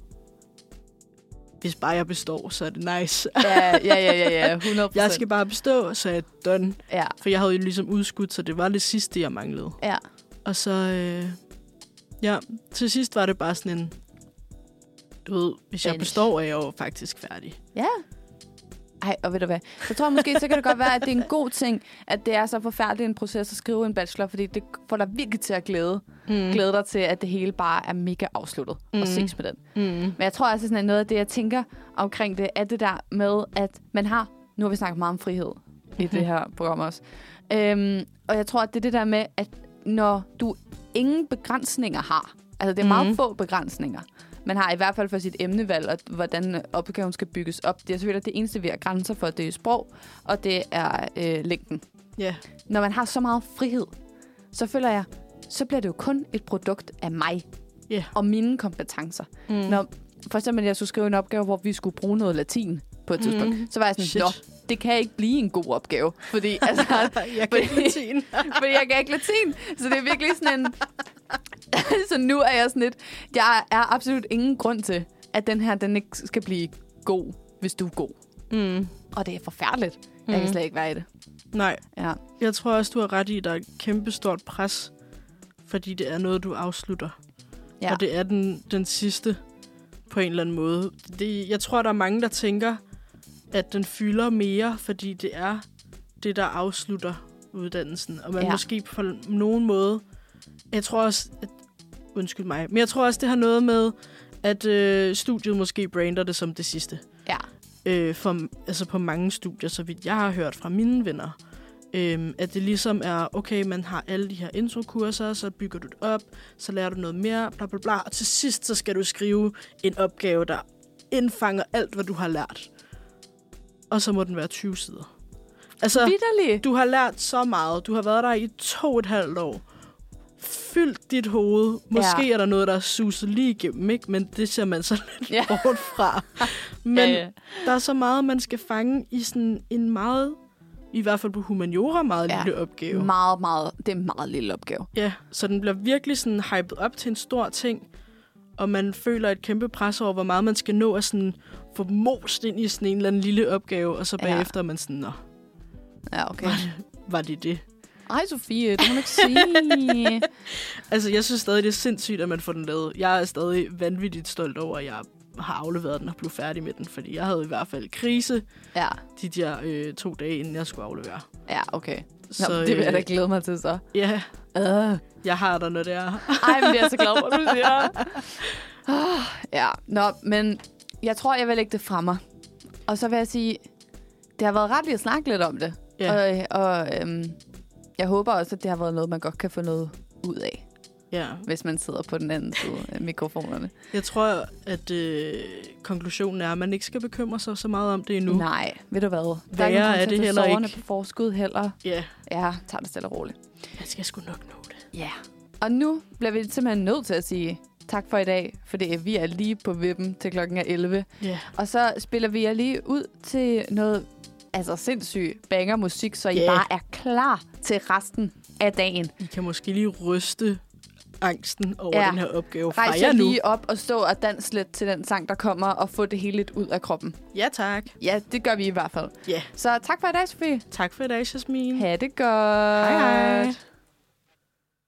hvis bare jeg består, så er det nice. Ja, 100%. Jeg skal bare bestå, så er jeg done. Ja. For jeg havde jo ligesom udskudt, så det var det sidste, jeg manglede. Ja. Og så, til sidst var det bare sådan en, du ved, hvis jeg består, er jeg jo faktisk færdig. Ja. Ej, og ved du hvad? Så tror jeg måske, så kan det godt være, at det er en god ting, at det er så forfærdeligt en proces at skrive en bachelor, fordi det får dig virkelig til at glæde dig til, at det hele bare er mega afsluttet og ses med den. Men jeg tror altså sådan, noget af det, jeg tænker omkring det, er det der med, at man har, nu har vi snakket meget om frihed i det her program også, og jeg tror, at det er det der med, at når du ingen begrænsninger har, altså det er meget få begrænsninger, man har i hvert fald for sit emnevalg, og hvordan opgaven skal bygges op. Det er selvfølgelig det eneste, vi har grænser for, det er sprog, og det er længden. Yeah. Når man har så meget frihed, så føler jeg, så bliver det jo kun et produkt af mig og mine kompetencer. Når for eksempel jeg skulle skrive en opgave, hvor vi skulle bruge noget latin på et tidspunkt, så var jeg sådan, det kan ikke blive en god opgave, fordi altså, jeg kan ikke latin. fordi jeg kan ikke latin, så det er virkelig sådan en... Så nu er jeg sådan lidt... Jeg er absolut ingen grund til, at den ikke skal blive god, hvis du er god. Og det er forfærdeligt. Jeg kan slet ikke være i det. Nej. Ja. Jeg tror også, du har ret i, at der er et kæmpestort pres, fordi det er noget, du afslutter. Ja. Og det er den sidste på en eller anden måde. Jeg tror, der er mange, der tænker, at den fylder mere, fordi det er det, der afslutter uddannelsen. Og man måske på nogen måde... Jeg tror også... Undskyld mig. Men jeg tror også, det har noget med, at studiet måske brander det som det sidste. Ja. Altså på mange studier, så vidt jeg har hørt fra mine venner, at det ligesom er, okay, man har alle de her introkurser, så bygger du det op, så lærer du noget mere, bla bla bla, og til sidst, så skal du skrive en opgave, der indfanger alt, hvad du har lært. Og så må den være 20 sider. Altså, vitterligt. Du har lært så meget. Du har været der i 2,5 år. Fyldt dit hoved. Måske er der noget, der er suset lige igennem, ikke? Men det ser man så lidt bort fra. Men der er så meget, man skal fange i sådan en meget, i hvert fald på humaniora, meget lille opgave. Meget, det er en meget lille opgave. Ja, så den bliver virkelig sådan hypet op til en stor ting, og man føler et kæmpe pres over, hvor meget man skal nå at sådan få most ind i sådan en eller anden lille opgave, og så bagefter er man sådan, nå. Ja, okay. Var det? Ej, Sofie, det må du ikke sige. Altså, jeg synes stadig, det er sindssygt, at man får den lavet. Jeg er stadig vanvittigt stolt over, at jeg har afleveret den og blevet færdig med den, fordi jeg havde i hvert fald krise de der 2 dage, inden jeg skulle aflevere. Ja, okay. Så, det vil jeg da glæde mig til så. Ja, jeg har dig, når det er. Ej, men jeg er så glad for, du siger. Ja, men jeg tror, jeg vil lægge det fra mig. Og så vil jeg sige, det har været ret lige at snakke lidt om det. Ja. Og jeg håber også, at det har været noget, man godt kan få noget ud af. Ja. Hvis man sidder på den anden side af mikrofonerne. Jeg tror, at konklusionen er, at man ikke skal bekymre sig så meget om det endnu. Nej, ved du hvad? Der er det heller ikke. På forskud heller. Ja. Ja, tager det stille og roligt. Jeg skal sgu nok nå det. Ja. Og nu bliver vi simpelthen nødt til at sige tak for i dag, fordi vi er lige på vippen til klokken er 11. Yeah. Og så spiller vi jer lige ud til noget sindssyg banger musik, så I bare er klar til resten af dagen. I kan måske lige ryste angsten over den her opgave fra Rejs jer nu. lige op og stå og dans lidt til den sang, der kommer, og få det hele lidt ud af kroppen. Ja, tak. Ja, det gør vi i hvert fald. Ja. Så tak for i dag, Sofie. Tak for i dag, Jasmin. Ha' det godt. Hej hej.